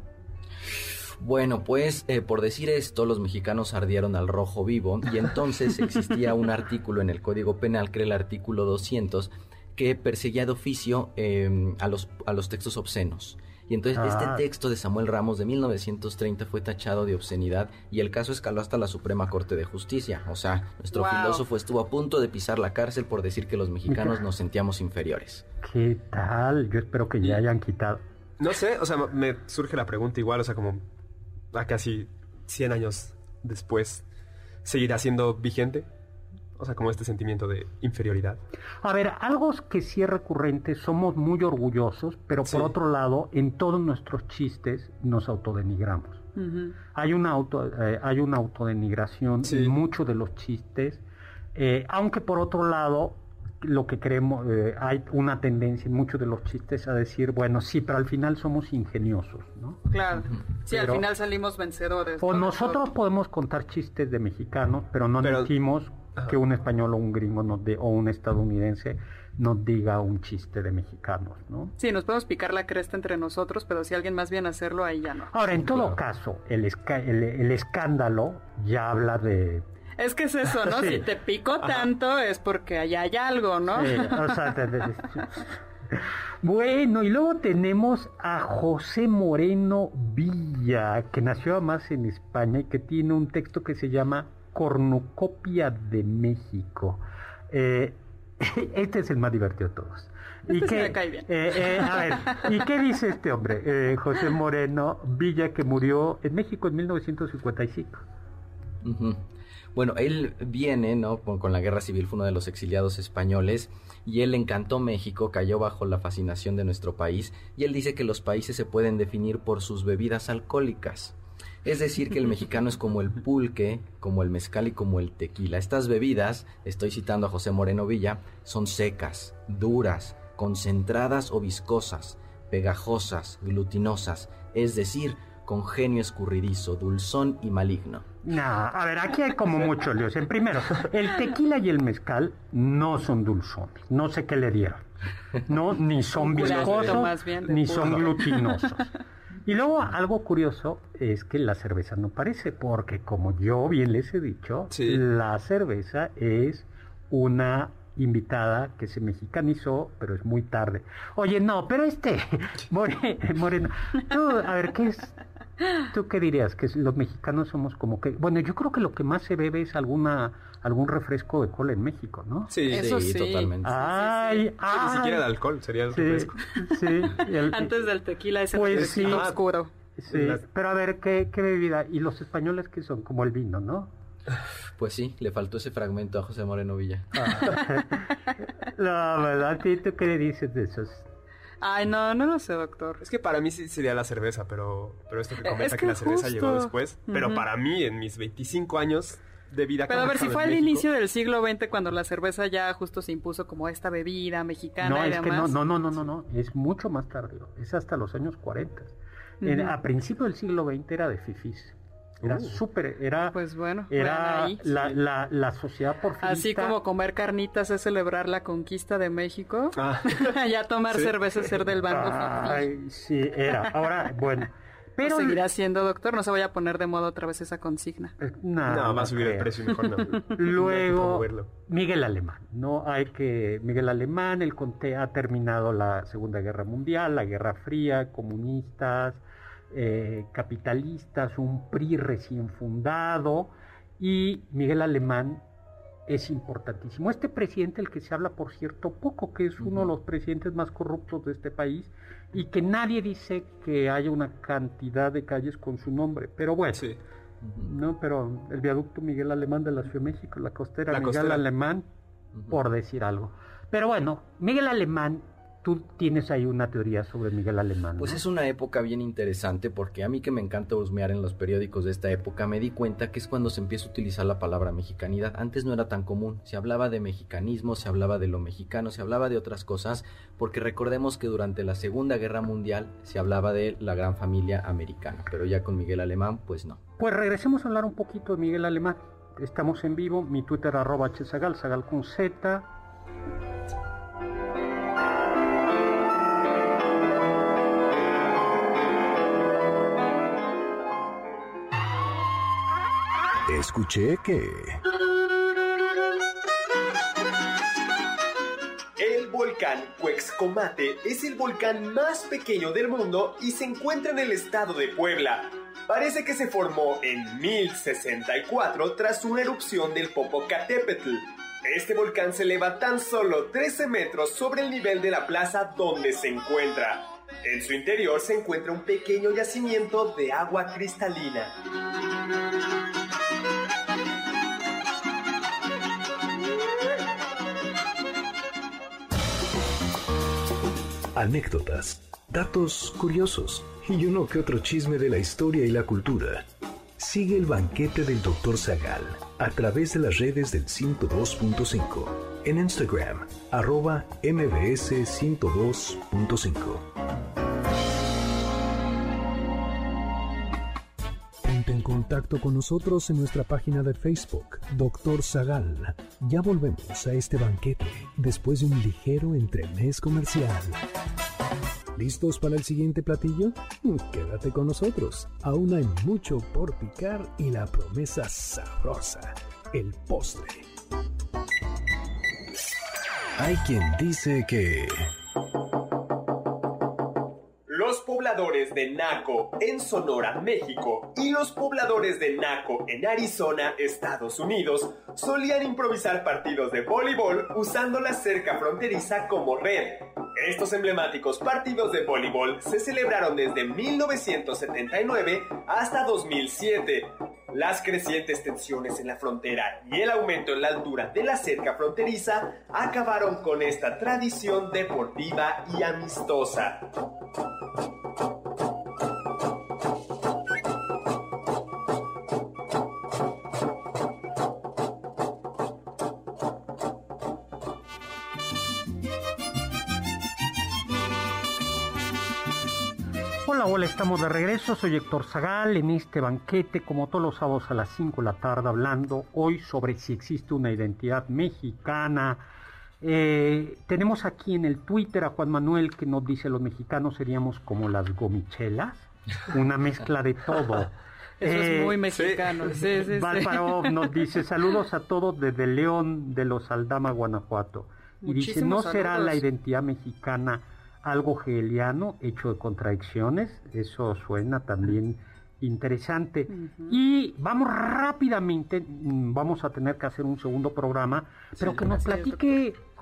Bueno, pues eh, por decir esto, los mexicanos ardieron al rojo vivo y entonces existía un artículo en el Código Penal, que era el artículo doscientos, que perseguía de oficio eh, a, los, a los textos obscenos. Y entonces ah. este texto de Samuel Ramos de mil novecientos treinta fue tachado de obscenidad y el caso escaló hasta la Suprema Corte de Justicia. O sea, nuestro wow. filósofo estuvo a punto de pisar la cárcel por decir que los mexicanos nos sentíamos inferiores. ¿Qué tal? Yo espero que ya hayan quitado. No sé, o sea, me surge la pregunta igual, o sea, como a casi cien años después, ¿seguirá siendo vigente? O sea, como este sentimiento de inferioridad. A ver, algo que sí es recurrente, somos muy orgullosos, pero por sí. otro lado, en todos nuestros chistes nos autodenigramos. Uh-huh. Hay una auto, eh, hay una autodenigración sí. en muchos de los chistes, eh, aunque por otro lado, lo que creemos, eh, hay una tendencia en muchos de los chistes a decir, bueno, sí, pero al final somos ingeniosos, ¿no? Claro, sí, pero, al final salimos vencedores. O ¿no? nosotros podemos contar chistes de mexicanos, pero no pero, decimos que un español o un gringo nos de, o un estadounidense nos diga un chiste de mexicanos, ¿no? Sí, nos podemos picar la cresta entre nosotros, pero si alguien más viene a hacerlo, ahí ya no. Ahora, en todo claro. caso, el, esca- el, el escándalo ya habla de... Es que es eso, ¿no? Sí. Si te pico tanto Ajá. es porque allá hay algo, ¿no? Sí, o sea... De, de, de, bueno, y luego tenemos a José Moreno Villa, que nació además en España y que tiene un texto que se llama Cornucopia de México. Eh, este es el más divertido de todos. Este ¿Y sí qué, me cae bien. Eh, eh, a ver, ¿y qué dice este hombre? Eh, José Moreno Villa, que murió en México en mil novecientos cincuenta y cinco. Uh-huh. Bueno, él viene, ¿no? Con, con la Guerra Civil, fue uno de los exiliados españoles, y él encantó México, cayó bajo la fascinación de nuestro país, y él dice que los países se pueden definir por sus bebidas alcohólicas. Es decir, que el mexicano es como el pulque, como el mezcal y como el tequila. Estas bebidas, estoy citando a José Moreno Villa, son secas, duras, concentradas o viscosas, pegajosas, glutinosas, es decir, con genio escurridizo, dulzón y maligno. No, a ver, aquí hay como muchos líos. En primero, el tequila y el mezcal no son dulzones, no sé qué le dieron. No, ni son viscosos, ni son glutinosos. Y luego algo curioso es que la cerveza no parece, porque como yo bien les he dicho, sí. la cerveza es una invitada que se mexicanizó, pero es muy tarde. Oye, no, pero este, Moreno, tú, a ver, ¿qué es? ¿Tú qué dirías? Que los mexicanos somos como que... Bueno, yo creo que lo que más se bebe es alguna algún refresco de cola en México, ¿no? Sí, Eso sí, sí, totalmente. Ay, sí, sí, sí. ay. Ni siquiera el alcohol, sería el sí, refresco. Sí. El, Antes del tequila es el pues refresco sí. oscuro. Sí, pero a ver, ¿qué, qué bebida? ¿Y los españoles qué son? Como el vino, ¿no? Pues sí, le faltó ese fragmento a José Moreno Villa. Ah. No, ¿verdad? ¿Tú qué le dices de esos? Ay, no, no lo sé, doctor. Es que para mí sí sería la cerveza, pero, pero esto que comenta Es que, que la cerveza justo. llegó después. Uh-huh. Pero para mí, en mis veinticinco años de vida... Pero a ver, si fue al México, inicio del siglo veinte cuando la cerveza ya justo se impuso como esta bebida mexicana No, y es demás. que no, no, no, no, no, no, es mucho más tardío, es hasta los años cuarenta. Uh-huh. En, a principio del siglo veinte era de fifís. Era uh. súper, era, pues bueno, era ahí, la, sí. la, la sociedad porfirista. Así como comer carnitas es celebrar la conquista de México, ah. ya tomar ¿Sí? cerveza es ser del banco. Ay, sí, era. Ahora, bueno. Pero ¿no seguirá siendo, doctor? No se vaya a poner de moda otra vez esa consigna. No, no, no va a subir creo. el precio mejor no. Luego, no Miguel Alemán. No hay que... Miguel Alemán, el Conte ha terminado la Segunda Guerra Mundial, la Guerra Fría, comunistas... Eh, capitalistas, un P R I recién fundado, y Miguel Alemán es importantísimo. Este presidente, el que se habla por cierto poco, que es uno uh-huh. de los presidentes más corruptos de este país, y que nadie dice que haya una cantidad de calles con su nombre, pero bueno, sí. uh-huh. no, pero el viaducto Miguel Alemán de la Ciudad de México, la costera la Miguel costera. Alemán, uh-huh. por decir algo. Pero bueno, Miguel Alemán, tú tienes ahí una teoría sobre Miguel Alemán, ¿no? Pues es una época bien interesante porque a mí que me encanta husmear en los periódicos de esta época me di cuenta que es cuando se empieza a utilizar la palabra mexicanidad. Antes no era tan común, se hablaba de mexicanismo, se hablaba de lo mexicano, se hablaba de otras cosas, porque recordemos que durante la Segunda Guerra Mundial se hablaba de la gran familia americana, pero ya con Miguel Alemán pues no. Pues regresemos a hablar un poquito de Miguel Alemán. Estamos en vivo, mi Twitter arroba hzagal, zagal con Z. Escuché que... El volcán Cuexcomate es el volcán más pequeño del mundo y se encuentra en el estado de Puebla. Parece que se formó en mil sesenta y cuatro tras una erupción del Popocatépetl. Este volcán se eleva tan solo trece metros sobre el nivel de la plaza donde se encuentra. En su interior se encuentra un pequeño yacimiento de agua cristalina. Anécdotas, datos curiosos y uno que otro chisme de la historia y la cultura. Sigue el banquete del doctor Zagal a través de las redes del ciento dos punto cinco. En Instagram, arroba M B S ciento dos punto cinco. Ponte en contacto con nosotros en nuestra página de Facebook, doctor Zagal. Ya volvemos a este banquete después de un ligero entremés comercial. ¿Listos para el siguiente platillo? Quédate con nosotros. Aún hay mucho por picar y la promesa sabrosa, el postre. Hay quien dice que... Los pobladores de Naco en Sonora, México, y los pobladores de Naco en Arizona, Estados Unidos, solían improvisar partidos de voleibol usando la cerca fronteriza como red. Estos emblemáticos partidos de voleibol se celebraron desde mil novecientos setenta y nueve hasta dos mil siete. Las crecientes tensiones en la frontera y el aumento en la altura de la cerca fronteriza acabaron con esta tradición deportiva y amistosa. Hola, hola, estamos de regreso, soy Héctor Zagal en este banquete, como todos los sábados a las cinco de la tarde, hablando hoy sobre si existe una identidad mexicana. Eh, tenemos aquí en el Twitter a Juan Manuel que nos dice: los mexicanos seríamos como las gomichelas, una mezcla de todo. Eso eh, es muy mexicano. Sí, sí, sí, Valparov sí. nos dice: saludos a todos desde León de los Aldama, Guanajuato. Y Muchísimos dice: ¿no será saludos. la identidad mexicana algo hegeliano, hecho de contradicciones? Eso suena también interesante. Uh-huh. Y vamos rápidamente, vamos a tener que hacer un segundo programa, pero sí, que nos platique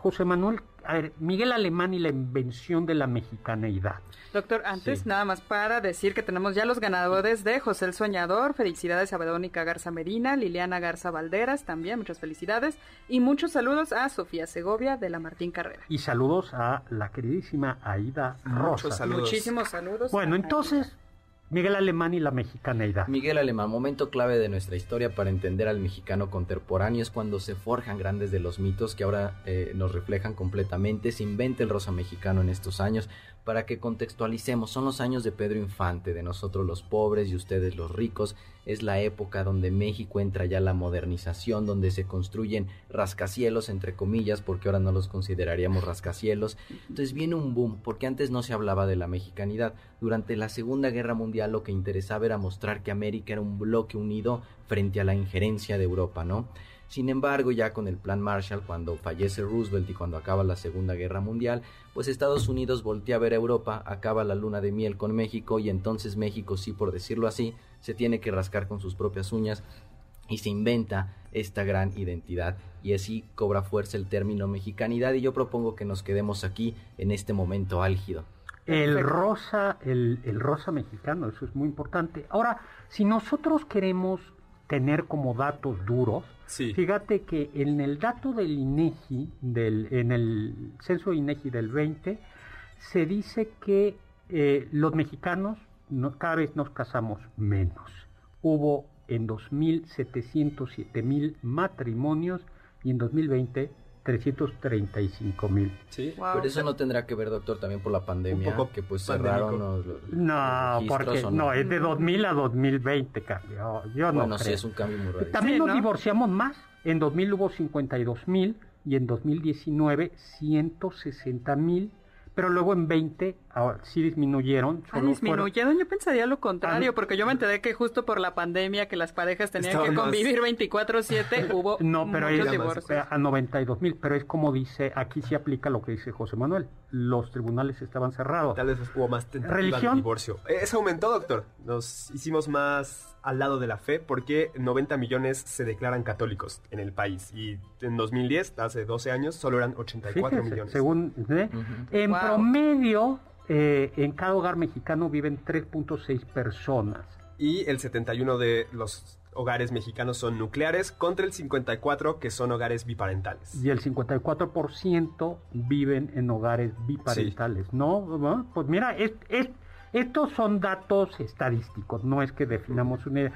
José Manuel, a ver, Miguel Alemán y la invención de la mexicaneidad. Doctor, antes Sí. nada más para decir que tenemos ya los ganadores de José el Soñador. Felicidades a Verónica Garza Medina, Liliana Garza Valderas también, muchas felicidades. Y muchos saludos a Sofía Segovia de la Martín Carrera. Y saludos a la queridísima Aida Muchos Rosa. saludos. Muchísimos saludos. Bueno, entonces, Miguel Alemán y la mexicaneidad. Miguel Alemán, momento clave de nuestra historia para entender al mexicano contemporáneo es cuando se forjan grandes de los mitos que ahora eh, nos reflejan completamente. Se inventa el rosa mexicano en estos años para que contextualicemos. Son los años de Pedro Infante, de nosotros los pobres y ustedes los ricos. Es la época donde México entra ya la modernización, donde se construyen rascacielos, entre comillas, porque ahora no los consideraríamos rascacielos. Entonces viene un boom, porque antes no se hablaba de la mexicanidad. Durante la Segunda Guerra Mundial lo que interesaba era mostrar que América era un bloque unido frente a la injerencia de Europa, ¿no? Sin embargo, ya con el Plan Marshall, cuando fallece Roosevelt y cuando acaba la Segunda Guerra Mundial, pues Estados Unidos voltea a ver a Europa, acaba la luna de miel con México y entonces México, sí, por decirlo así, se tiene que rascar con sus propias uñas y se inventa esta gran identidad y así cobra fuerza el término mexicanidad y yo propongo que nos quedemos aquí en este momento álgido. El rosa, el, el rosa mexicano, eso es muy importante. Ahora, si nosotros queremos tener como datos duros, Sí. fíjate que en el dato del INEGI, del, en el censo de INEGI del veinte, se dice que eh, los mexicanos no, cada vez nos casamos menos. Hubo en dos mil setecientos siete mil matrimonios y en dos mil veinte trescientos treinta y cinco mil. Sí. Wow. Pero eso no tendrá que ver, doctor, también por la pandemia, Un poco que pues pandémico. cerraron los, los No, registros, porque ¿o no, es de dos mil a dos mil veinte cambió. Yo no Bueno, sí, creo. es un cambio muy radical. También Sí, nos ¿no? divorciamos más. En dos mil hubo cincuenta y dos mil y en dos mil diecinueve ciento sesenta mil, pero luego en veinte ahora, sí disminuyeron. Ah, Solo disminuyeron, yo pensaría lo contrario, Ah, porque yo me enteré que justo por la pandemia que las parejas tenían Estaban que más- convivir veinticuatro siete, hubo fueron- no, pero muchos es divorcios. a noventa y dos mil, pero es como dice, aquí sí aplica lo que dice José Manuel. Los tribunales estaban cerrados. Tal vez hubo más tentativa ¿Religión? de divorcio. Eh, Eso aumentó, doctor. Nos hicimos más al lado de la fe porque noventa millones se declaran católicos en el país. Y en dos mil diez, hace doce años, solo eran ochenta y cuatro Fíjese, millones. según, ¿eh? Ujú. En Wow. promedio, eh, en cada hogar mexicano viven tres punto seis personas. Y el setenta y uno de los hogares mexicanos son nucleares contra el cincuenta y cuatro que son hogares biparentales. Y el cincuenta y cuatro por ciento viven en hogares biparentales, ¿no? Bueno, pues mira, es, es, estos son datos estadísticos, no es que definamos una idea.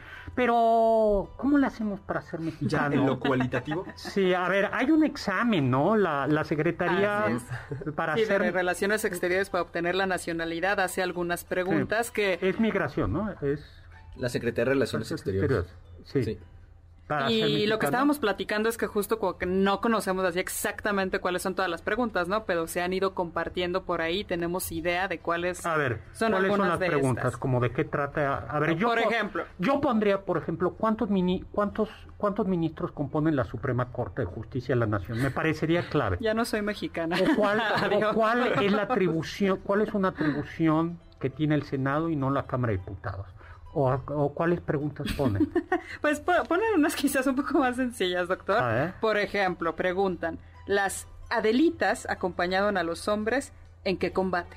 Pero, ¿cómo le hacemos para ser Ya mexicano? en lo cualitativo. Sí, a ver, hay un examen, ¿no? La, la Secretaría Así para Sí, de hacer... Relaciones Exteriores para obtener la nacionalidad hace algunas preguntas Sí. que... Es migración, ¿no? Es... La Secretaría de Relaciones Exteriores. Sí. Sí. Para ser Y lo que mexicano. estábamos platicando es que justo como que no conocemos así exactamente cuáles son todas las preguntas, ¿no? Pero se han ido compartiendo por ahí, tenemos idea de cuáles A ver, son ¿cuáles son algunas las de preguntas? estas. Como de qué trata. A ver, yo Por po- ejemplo. yo pondría, por ejemplo, ¿cuántos mini, cuántos, cuántos ministros componen la Suprema Corte de Justicia de la Nación? Me parecería clave. Ya no soy mexicana. ¿O cuál, o Adiós. cuál es la atribución, cuál es una atribución que tiene el Senado y no la Cámara de Diputados? O, o cuáles preguntas ponen. Pues po- ponen unas quizás un poco más sencillas, doctor. A ver. Por ejemplo, preguntan, ¿las Adelitas acompañaron a los hombres en qué combate?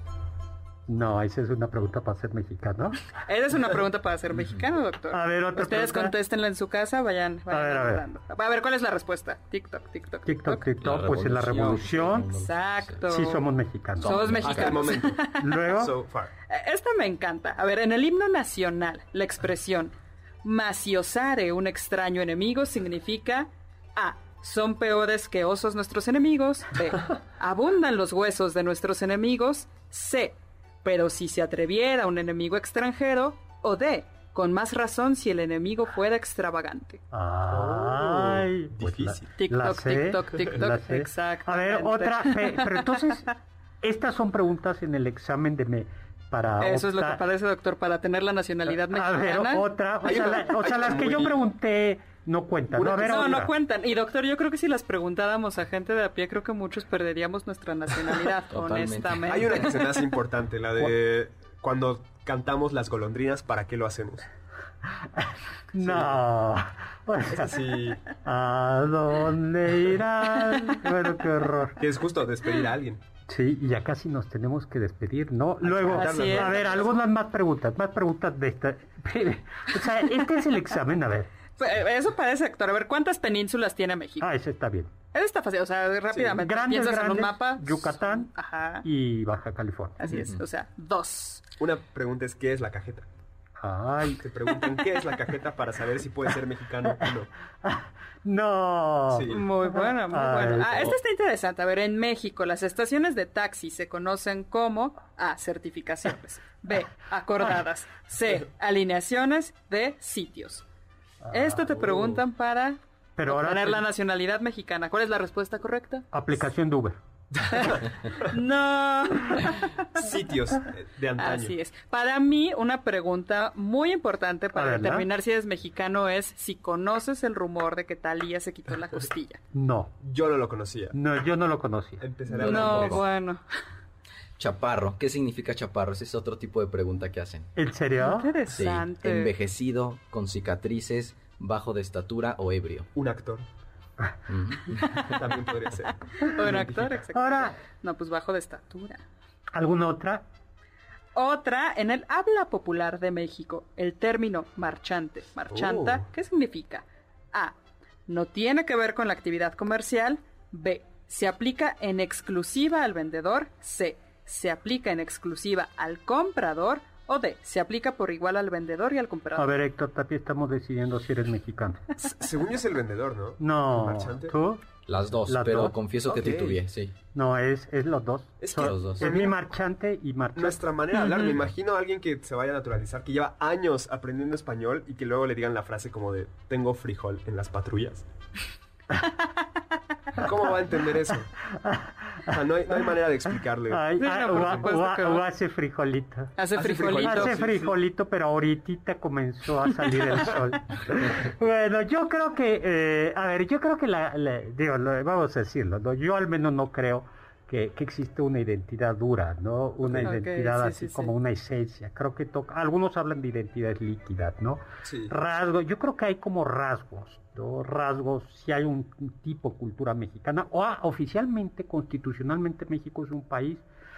No, esa es una pregunta para ser mexicano. Esa es una pregunta para ser mexicano, doctor. A ver, otra Ustedes pregunta. contéstenla en su casa, vayan, vayan A ver, a ver. anotando. A ver, ¿cuál es la respuesta? TikTok, TikTok, TikTok, TikTok. TikTok, pues en la revolución Exacto. sí somos mexicanos. Somos Hasta el mexicanos. momento. Luego, So far. Esta me encanta. A ver, en el himno nacional, la expresión maciosare un extraño enemigo significa A. Son peores que osos nuestros enemigos. B. Abundan los huesos de nuestros enemigos. C. Pero si se atreviera un enemigo extranjero. O D. Con más razón si el enemigo fuera extravagante. ay, pues la- difícil. TikTok, la sé, TikTok, TikTok, la sé. exactamente. A ver, otra, fe- pero entonces, estas son preguntas en el examen de me para Eso es lo que optar- parece, doctor, para tener la nacionalidad A ver, mexicana. otra, o Hay sea, una- la- o sea, hay las una que yo muy- pregunté no cuentan. Una No, a ver, No, otra. no cuentan. Y doctor, yo creo que si las preguntáramos a gente de a pie, creo que muchos perderíamos nuestra nacionalidad, Totalmente. honestamente. Hay una que se me hace importante, la de cuando cantamos las golondrinas, ¿para qué lo hacemos? No. Pues, sí. ¿A dónde irán? Bueno, qué horror. Que es justo despedir a alguien. Sí, y ya casi nos tenemos que despedir, ¿no? Luego, Así a ver, algunas más preguntas, más preguntas de esta. O sea, este es el examen, a ver. Eso parece, Héctor. A ver, ¿cuántas penínsulas tiene México? Ah, ese está bien. Eso está fácil, o sea, rápidamente. Sí. Grandes, Piensas grandes, en un mapa. Yucatán Ajá. y Baja California. Así es, o sea, dos. Una pregunta es, ¿qué es la cajeta? Ay. Te preguntan, ¿qué es la cajeta para saber si puede ser mexicano o no? No. Sí. Muy bueno, muy Ay, bueno. Ah, no. este está interesante. A ver, en México las estaciones de taxi se conocen como A, certificaciones, B, acordadas, C, alineaciones, D, sitios. Esto te preguntan para Pero ahora obtener te- la nacionalidad mexicana. ¿Cuál es la respuesta correcta? Aplicación de Uber. No. Sitios eh, de antaño. Así es. Para mí, una pregunta muy importante para A ver, ¿no? determinar si eres mexicano es si conoces el rumor de que Thalía se quitó la costilla. No. Yo no lo conocía. No, yo no lo conocía. Empezaré a hablar No, de eso. bueno. Chaparro, ¿qué significa chaparro? Ese es otro tipo de pregunta que hacen. ¿En serio? Sí, Interesante. envejecido, con cicatrices, bajo de estatura o ebrio. Un actor. Mm. También podría ser. Buen actor, exacto. Ahora, No, pues bajo de estatura. ¿alguna otra? Otra, en el habla popular de México, el término marchante, marchanta, Oh. ¿qué significa? A, no tiene que ver con la actividad comercial. B, se aplica en exclusiva al vendedor. C, se aplica en exclusiva al comprador. O D, se aplica por igual al vendedor y al comprador. A ver, Héctor Tapia, estamos decidiendo si eres mexicano. S- Según yo es el vendedor, ¿no? No, ¿El marchante? ¿tú? Las dos, Las pero dos. confieso que Ok. titubeé, sí. No, es, es los dos. Es Son- que los dos. Es mi marchante y marchante. Nuestra manera de hablar, me imagino a alguien que se vaya a naturalizar, que lleva años aprendiendo español y que luego le digan la frase como de tengo frijol en las patrullas. ¿Cómo va a entender eso? O sea, no hay, no hay manera de explicarle. Ay, Sí, ah, no, por o, supuesto o- que o no. hace frijolito. Hace Hace frijolito. frijolito. Hace sí, sí. frijolito, pero ahorita comenzó a salir el sol. Bueno, yo creo que, eh, a ver, yo creo que la, la- digo, lo- vamos a decirlo, ¿no? Yo al menos no creo que, que existe una identidad dura, ¿no? Una Ok, identidad sí, así sí, como sí. una esencia. Creo que toca, algunos hablan de identidad líquida, ¿no? Sí. Rasgos, yo creo que hay como rasgos, ¿no? Rasgos, si hay un, un tipo de cultura mexicana, o ah, oficialmente, constitucionalmente México es un país,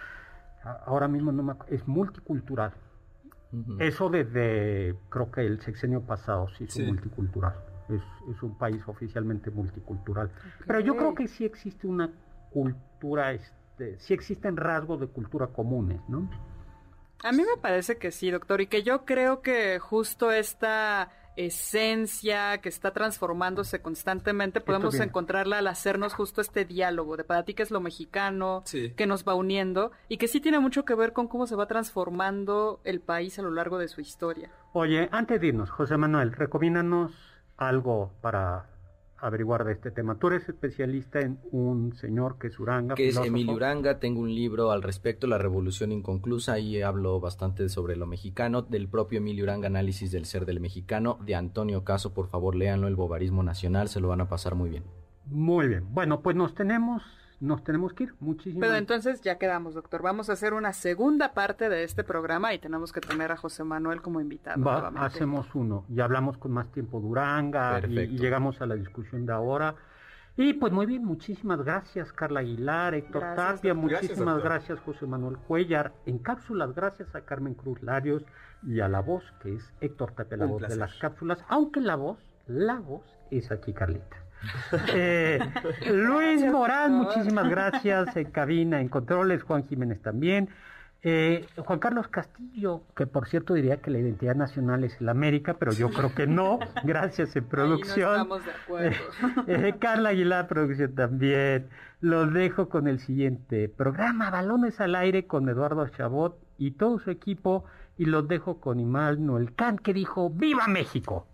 a- ahora mismo no me acu- es multicultural. Ujú. Eso desde, creo que el sexenio pasado sí es Sí. multicultural. Es, es un país oficialmente multicultural. Pero yo creo que sí existe una cultura, este, sí existen rasgos de cultura comunes, ¿no? A mí me parece que sí, doctor, y que yo creo que justo esta esencia que está transformándose constantemente podemos bien. encontrarla al hacernos justo este diálogo de para ti qué es lo mexicano, Sí. que nos va uniendo y que sí tiene mucho que ver con cómo se va transformando el país a lo largo de su historia. Oye, antes de irnos, José Manuel, recomiéndanos algo para averiguar de este tema. Tú eres especialista en un señor que es Uranga, Que es filósofo. Emilio Uranga, tengo un libro al respecto, La Revolución Inconclusa, ahí hablo bastante sobre lo mexicano, del propio Emilio Uranga, Análisis del Ser del Mexicano, de Antonio Caso, por favor léanlo, El Bovarismo Nacional, se lo van a pasar muy bien. Muy bien. Bueno, pues nos tenemos, nos tenemos que ir. Muchísimas Pero entonces ya quedamos, doctor. Vamos a hacer una segunda parte de este programa y tenemos que tener a José Manuel como invitado. Va, nuevamente. hacemos uno y hablamos con más tiempo de Uranga y, Perfecto. y llegamos a la discusión de ahora. Y pues muy bien, muchísimas gracias Carla Aguilar, Héctor Gracias, Tapia, doctor. muchísimas Gracias, gracias, José Manuel Cuellar. En cápsulas, gracias a Carmen Cruz Larios y a la voz que es Héctor Tapia, la Un voz de placer. las cápsulas, aunque la voz, la voz es aquí Carlita. Eh, Luis Gracias, Morán, doctor. muchísimas gracias en cabina, en controles, Juan Jiménez también. Eh, Juan Carlos Castillo, que por cierto diría que la identidad nacional es el América, pero yo creo que no, gracias en producción. Ahí no estamos de acuerdo. Eh, Carla Aguilar, producción también. Los dejo con el siguiente programa, Balones al Aire, con Eduardo Chabot y todo su equipo, y los dejo con Imal Noel Can, que dijo ¡Viva México!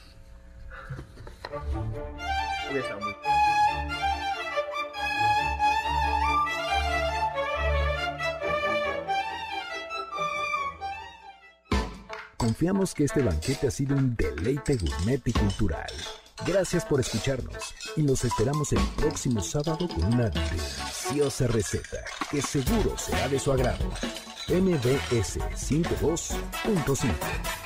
Hubiera estado muy- Confiamos que este banquete ha sido un deleite gourmet y cultural. Gracias por escucharnos y nos esperamos el próximo sábado con una deliciosa receta que seguro será de su agrado. M B S ciento dos punto cinco